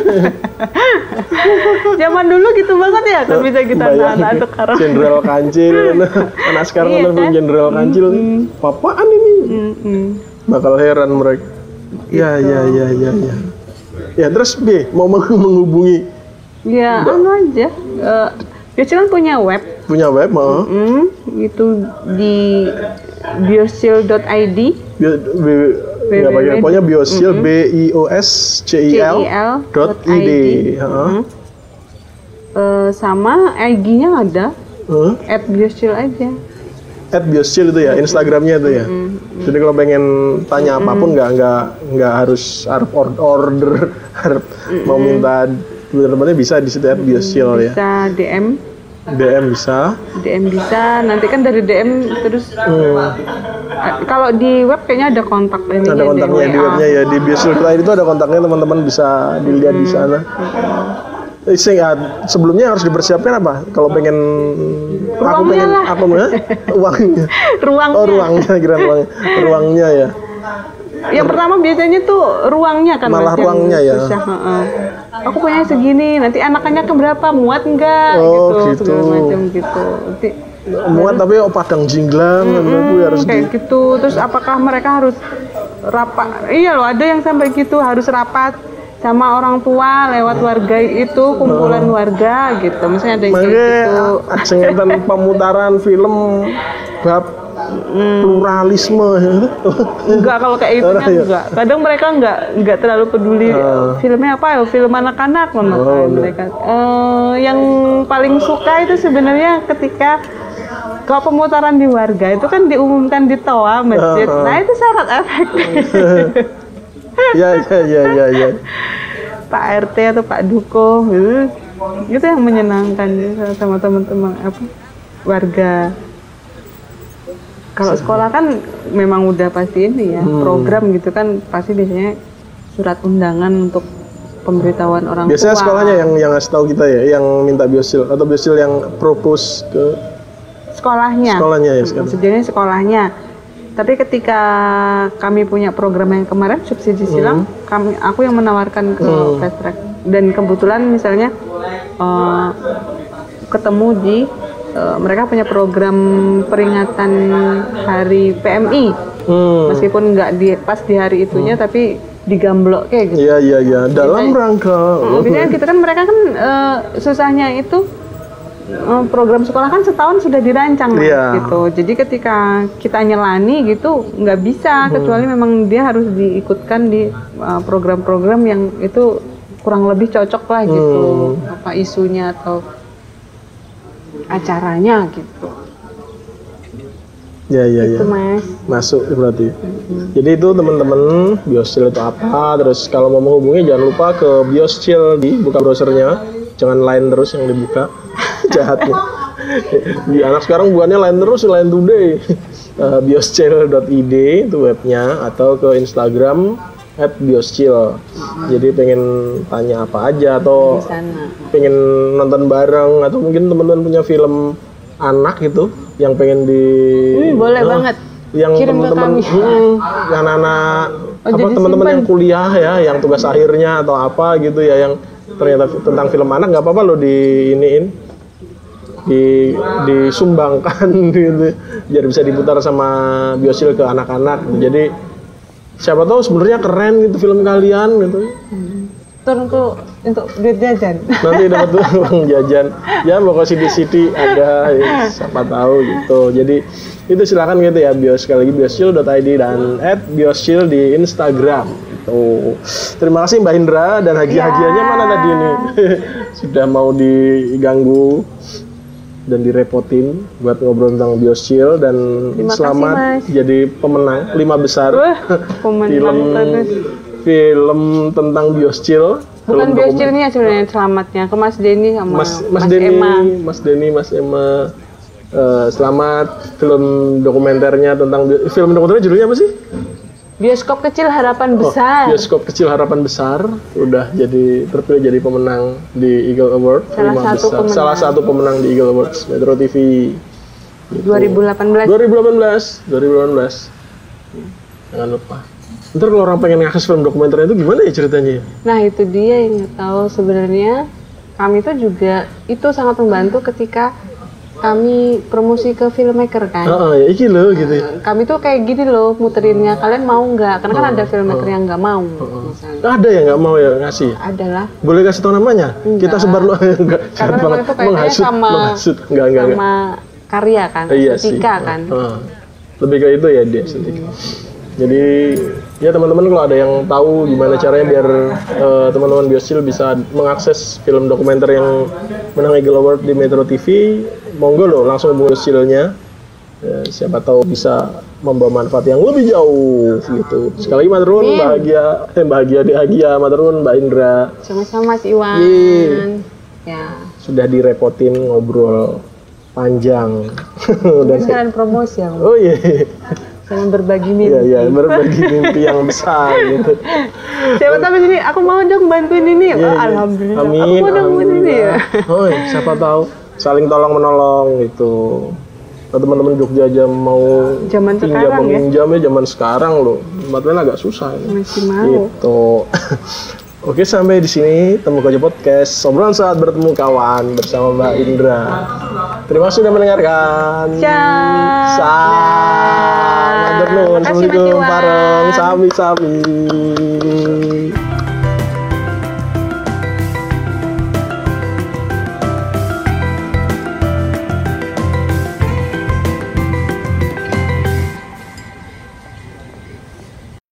Zaman dulu gitu banget ya kan bisa kita nonton sekarang. Jenderal Kancil, anak sekarang iya, nonton kan? Jenderal Kancil, hmm. papaan ini? Hmm. Bakal heran mereka. Ya, gitu. ya, ya, ya, ya. Ya, terus B, mau menghubungi? Ya, anu aja. Uh, Bioscil kan punya web. Punya web, mau? Mm-hmm. Itu di bioscil dot i d. Bio, bi, nggak pakai, pokoknya Bioscil, mm-hmm. B I O S C I L dot I D. Mm-hmm. Uh, sama I G-nya ada. Uh? At Bioscil aja. At Bioscil itu ya, Instagramnya itu ya. Mm-hmm. Jadi kalau pengen tanya mm-hmm. apapun nggak nggak nggak harus harus order, harus mm-hmm. mau minta teman-temannya bisa di situ at Bioscil ya. Bisa D M. D M bisa. D M bisa, nanti kan dari D M terus Hmm. eh, kalau di web kayaknya ada kontak ini Ada kontaknya di webnya ya, di biosil dot i d itu ada kontaknya, teman-teman bisa dilihat di sana. Eh, sing, ah, sebelumnya harus dipersiapkan apa? Kalau pengen aku Ruangnya pengen lah. aku eh, uangnya. ruangnya. Oh, ruangnya kira ruang, ruangnya ya. Yang pertama biasanya tuh ruangnya kan Malah Mas, yang ruangnya ya. susah, heeh. Aku punya segini, nanti anak-anaknya keberapa, muat enggak Oh, gitu, gitu. segala macam gitu. Nanti Muat tapi oh padang jinglang, itu harus di kayak gitu. Terus apakah mereka harus rapat? Iya loh, ada yang sampai gitu harus rapat sama orang tua lewat warga itu, kumpulan warga gitu. Misalnya ada yang kayak Makanya gitu. ajengetan pemutaran film bab pluralisme. Enggak, kalau kayak itu kan Iya. enggak. Kadang mereka enggak enggak terlalu peduli Ah. filmnya apa ya, film anak-anak loh Oh, makanya enggak. mereka. Eh, yang paling suka itu sebenarnya ketika kalau pemutaran di warga itu kan diumumkan di toa masjid. Ah, ah. Nah, itu sangat efektif. Ya ya ya ya ya. Pak R T atau Pak Duko gitu. Itu yang menyenangkan ya, sama teman-teman apa warga. Kalau sekolah kan memang udah pasti ini ya, Hmm. program gitu kan pasti biasanya surat undangan untuk pemberitahuan orang Biasanya tua. sekolahnya yang yang ngasih tahu kita ya, yang minta biosil atau biosil yang propose ke sekolahnya. sekolahnya ya sekarang. Sejujurnya sekolahnya. Tapi ketika kami punya program yang kemarin subsidi silang, kami aku yang menawarkan ke Hmm. Fast Track, dan kebetulan misalnya eh, ketemu di eh, mereka punya program peringatan Hari P M I, Hmm. meskipun nggak di pas di hari itunya tapi digamblok kayak gitu. Iya iya iya, dalam rangka. Hmm, biasanya gitu kan mereka kan eh, susahnya itu eh, program sekolah kan setahun sudah dirancang Mas, Iya. gitu. Jadi ketika kita nyelani gitu nggak bisa kecuali memang dia harus diikutkan di eh, program-program yang itu kurang lebih cocok lah gitu, apa isunya atau acaranya gitu. Ya ya ya. Itu Mas. Masuk berarti. Jadi itu teman-teman, Biosil itu apa? Terus kalau mau menghubungi jangan lupa ke Biosil, di buka browsernya, jangan Line terus yang dibuka. Jahatnya. Di anak sekarang bukannya Line terus, Line Today. Uh, biosil dot i d itu webnya, atau ke Instagram at biosil. Jadi pengen tanya apa aja atau Di sana. pengen nonton bareng atau mungkin teman-teman punya film anak gitu yang pengen di Hmm, boleh Nah, banget. yang Kirim ke teman-teman kami. hmm, yang anak-anak Oh, apa jadi teman-teman simpan. yang kuliah ya, yang tugas akhirnya atau apa gitu ya, yang ternyata tentang film anak, nggak apa-apa loh di iniin, di disumbangkan gitu biar bisa diputar sama Biosil ke anak-anak. Jadi siapa tahu sebenarnya keren gitu film kalian gitu. Turun untuk untuk duit jajan. Nanti dapat tuh uang jajan ya, pokoknya sidi-sidi ada ya, siapa tahu gitu. Jadi itu silakan gitu ya, bios sekali lagi biosil dot i d dan at biosil di Instagram gitu. Terima kasih Mbak Indra, dan hadiah-hadiahnya mana tadi ini? Sudah mau diganggu dan direpotin buat ngobrol tentang biosil, dan Terima kasih, selamat Mas. jadi pemenang lima besar Wah, pemenang film terus. film tentang biosil. Bukan Film dokum- Biosilnya sebenarnya selamatnya ke Mas Denny sama Mas Mas, Mas Denny, Emma. Mas Denny, Mas Emma. Eh, selamat film dokumenternya tentang bi- film dokumenternya judulnya apa sih? Bioskop Kecil Harapan Oh, Besar. Bioskop Kecil Harapan Besar udah jadi terpilih jadi pemenang di Eagle Award. Salah lima satu besar. pemenang. Salah satu pemenang di Eagle Awards Metro T V. Gitu. dua ribu delapan belas. dua ribu delapan belas. dua ribu delapan belas. Jangan lupa. Ntar kalau orang pengen ngakses film dokumenter itu gimana ya ceritanya ya? Nah, itu dia yang nggak tahu sebenarnya. Kami itu juga itu sangat membantu ketika kami promosi ke filmmaker kan. Ah, ya iki loh gitu. ya. Kami tuh kayak gini loh muterinnya, kalian mau nggak? Karena kan ada filmmaker yang nggak mau. Misalnya. Ada yang nggak mau ya ngasih. Adalah Boleh kasih tahu namanya? Kita sebar lu enggak. karena jahat mereka banget. tuh kayaknya menghasut, sama menghasut. Enggak, enggak, enggak. sama karya kan, Iya sih. estetika kan. Ah, lebih ke itu ya dia estetika. Jadi ya teman-teman kalau ada yang tahu gimana caranya biar eh, teman-teman Biosil bisa mengakses film dokumenter yang menang Eagle Award di Metro T V, monggo loh langsung hubungi Biosilnya. Ya, siapa tahu bisa membawa manfaat yang lebih jauh gitu. Sekali lagi maturun, Amin. bahagia, eh, bahagia bahagia maturun Mbak Indra. Sama-sama Mas Iwan. Yeay. Ya. sudah direpotin ngobrol panjang. Dan sekalian promosi ya. Oh iya. Sekalian berbagi mimpi. Iya, iya, berbagi mimpi yang besar gitu. Siapa tahu sini aku mau dong bantuin ini. Iya, Oh, iya. alhamdulillah. Amin. Aku mau dong bantuin ini ya. Oh, iya, siapa tahu saling tolong menolong gitu. Kalau teman-teman Jogja aja mau Zaman pinjam sekarang ya. meminjam ya zaman sekarang loh. Tempatnya agak susah ini. Masih mau. Gitu. Oke, sampai di sini Temu Koja Podcast. Obrolan saat bertemu kawan bersama Mbak Indra. Terima kasih sudah mendengarkan. Ciao. Selamat nuwun. Makasih, Mas Assalamualaikum Iwan. bareng sami-sami.